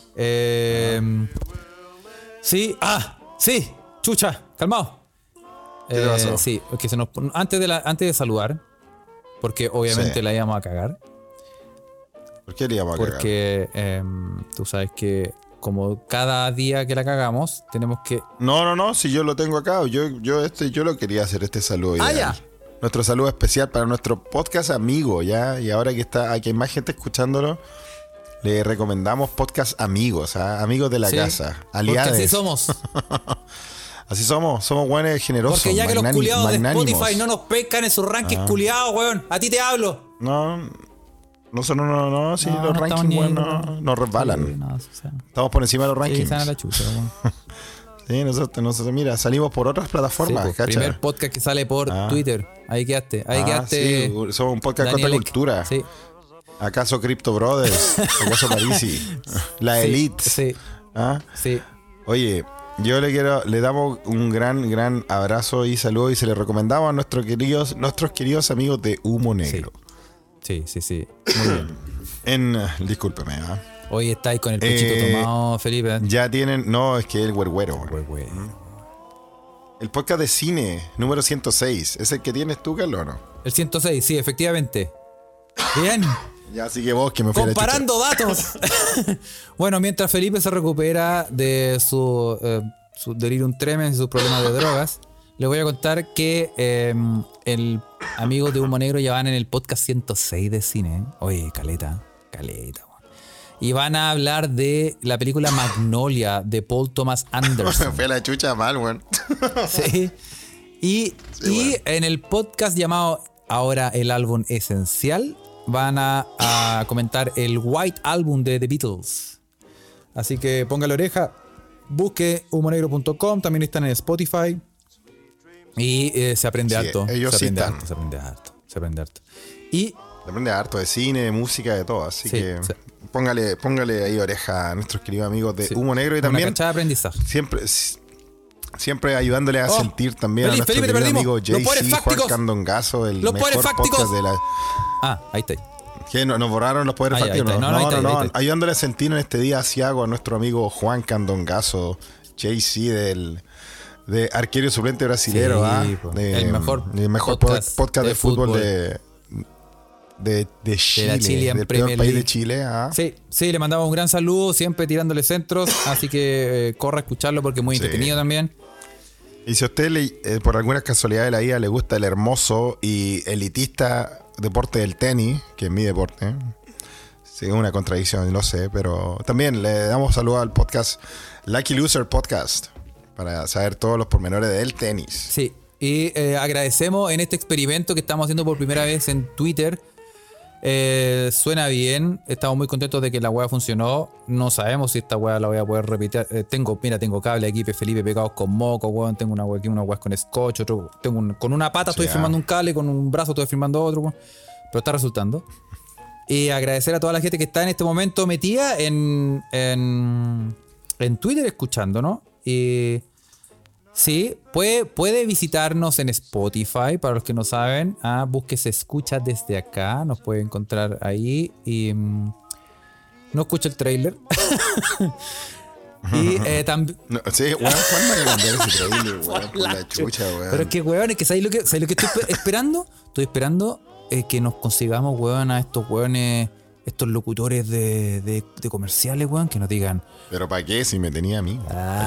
Sí, chucha, calmado. ¿Qué te pasó? Sí, que se nos antes de saludar, porque obviamente la íbamos a cagar. ¿Por qué le íbamos a cagar? Porque tú sabes que como cada día que la cagamos, tenemos que... No, si yo lo tengo acá. Yo lo quería hacer este saludo ideal. ya. Nuestro saludo especial para nuestro podcast amigo, ¿ya? Y ahora que hay más gente escuchándolo, le recomendamos podcast amigos, amigos de la casa, aliados. Porque así somos. Así somos buenos generosos. Porque ya que los culiados de magnánimos. Spotify no nos pescan en sus rankings culiados, weón. A ti te hablo. No, sí, No, los no rankings estamos ni- buenos nos resbalan. Sí, no, o sea, Estamos por encima de los sí, rankings. se van a la chucha, weón. Sí, nosotros, mira, salimos por otras Sí, plataformas, pues, ¿cacha? primer podcast que sale por Twitter. Ahí quedaste. Sí, somos un podcast contra Daniel cultura. Sí. ¿Acaso Crypto Brothers? ¿Acaso Parisi? La Sí, Elite. Sí, ¿Ah? sí. Oye, le damos un gran abrazo y saludo y se le recomendamos a nuestros queridos amigos de Humo Negro. Sí. Muy bien. Discúlpeme, Hoy estáis con el pechito tomado, Felipe. ya tienen, no, es que el güergüero. Güey. El podcast de cine número 106, ¿es el que tienes tú, Carlos, o no? El 106, sí, efectivamente. Bien. Ya, así que vos que me fui a la chucha. Comparando datos. Bueno, mientras Felipe se recupera de su delirium tremens y sus problemas de drogas, les voy a contar que el amigo de Humo Negro ya van en el podcast 106 de cine. Oye, caleta. Y van a hablar de la película Magnolia de Paul Thomas Me Anderson. fui a la chucha mal, weón. Sí. Y bueno. en el podcast llamado Ahora el álbum esencial, van a comentar el White Album de The Beatles. Así que ponga la oreja, busque humonegro.com, también están en Spotify. Y se aprende Sí, harto. ellos se sí aprende están. harto, se aprende harto. Y Depende harto de cine, de música, de todo. Así Sí, que sí. póngale ahí oreja a nuestros queridos amigos de sí, Humo Negro y una también cachada de aprendizaje. siempre ayudándole a Oh, sentir también a nuestro Felipe, te querido perdimos. amigo Los poderes JC Juan fácticos. Candongazo, el Los poderes mejor fácticos. podcast de la... Ahí está. ¿Qué? ¿Nos borraron los poderes Ahí fácticos? está. No, ahí está. Ayudándole a sentir en este día asiago a nuestro amigo Juan Candongazo, JC de arquero suplente brasilero. Sí, po. El mejor podcast de fútbol de Chile, la Chilean del Premier peor país de League. Chile. Sí, le mandamos un gran saludo, siempre tirándole centros, así que corra a escucharlo porque es muy Sí. entretenido también. Y si a usted por alguna casualidad de la vida le gusta el hermoso y elitista deporte del tenis, que es mi deporte, sí, es una contradicción, no sé, pero también le damos saludo al podcast Lucky Loser Podcast para saber todos los pormenores del tenis. Sí, y agradecemos en este experimento que estamos haciendo por primera vez en Twitter. Suena bien, estamos muy contentos de que la weá funcionó. No sabemos si esta weá la voy a poder repetir. Tengo cable aquí, Felipe, pegados con moco, weón. Tengo una weá aquí, una weá con scotch, con una pata estoy firmando un cable, con un brazo estoy firmando otro, weón. Pero está resultando. Y agradecer a toda la gente que está en este momento metida en Twitter escuchando, ¿no? Y sí, puede visitarnos en Spotify, para los que no saben. Busque Se Escucha Desde Acá, nos puede encontrar ahí. Y no escucha el trailer. Y también... No, sí, weón, ¿cuándo van a vender ese trailer, weón? Por la chucha, weón. Pero es que, weón, es que ¿sabes lo que estoy esperando? Estoy esperando que nos consigamos, weón, a estos weones, estos locutores de comerciales, weón, que nos digan... ¿Pero para qué? Si me tenía a mí.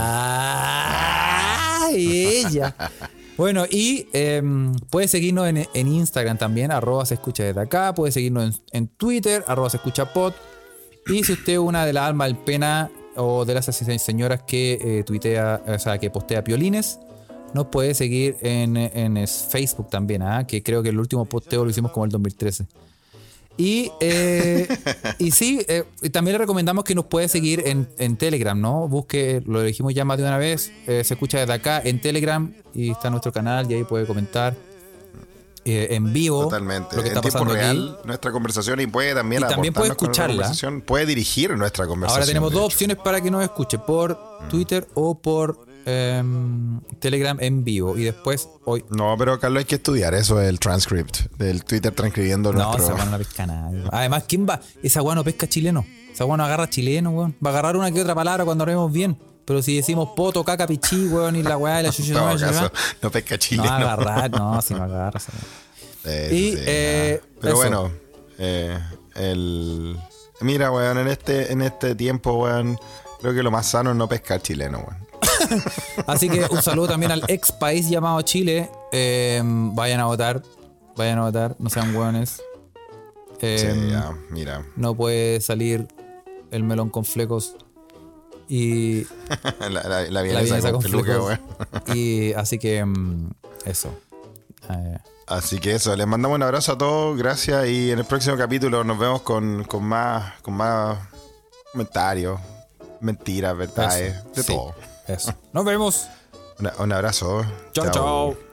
Ella. Bueno, y puede seguirnos en Instagram también, @se escucha desde acá. Puede seguirnos en Twitter, @se escucha pod. Y si usted es una de las almas del pena o de las señoras que tuitea, o sea, que postea piolines, nos puede seguir en Facebook también, que creo que el último posteo lo hicimos como el 2013. Y sí, también le recomendamos que nos puede seguir en Telegram, ¿no? Busque, lo dijimos ya más de una vez, se escucha desde acá en Telegram y está nuestro canal y ahí puede comentar en vivo. Totalmente. Lo que está en tiempo pasando real aquí. nuestra conversación y puede también también puede escucharla. Puede dirigir nuestra conversación. Ahora tenemos de dos hecho. opciones para que nos escuche, por Twitter o por Telegram en vivo. Y después hoy... No, pero Carlos, hay que estudiar eso, el transcript del Twitter transcribiendo No, nuestro... esa weá no la pesca nadie. Además, ¿quién va? Esa weá no pesca chileno. Esa weá no agarra chileno, weón. Va a agarrar una que otra palabra cuando hablemos bien. Pero si decimos poto, caca, pichí, weón, y la weá de la chucha, En todo no, caso, no pesca no chileno. va a agarrar, no, si no agarra. Esa weá. Y, Y, pero eso. bueno, mira, weón, en este tiempo, weón, creo que lo más sano es no pescar chileno, weón. Así que un saludo también al ex país llamado Chile. Vayan a votar, no sean hueones. Sí, ya, mira. No puede salir el melón con flecos y la vienesa con peluca, flecos. weón. Y así que eso. Así que eso, les mandamos un abrazo a todos, gracias, y en el próximo capítulo nos vemos con más comentarios, mentiras, verdades, de Sí, todo. eso. Nos vemos. Un abrazo. Chao, chao.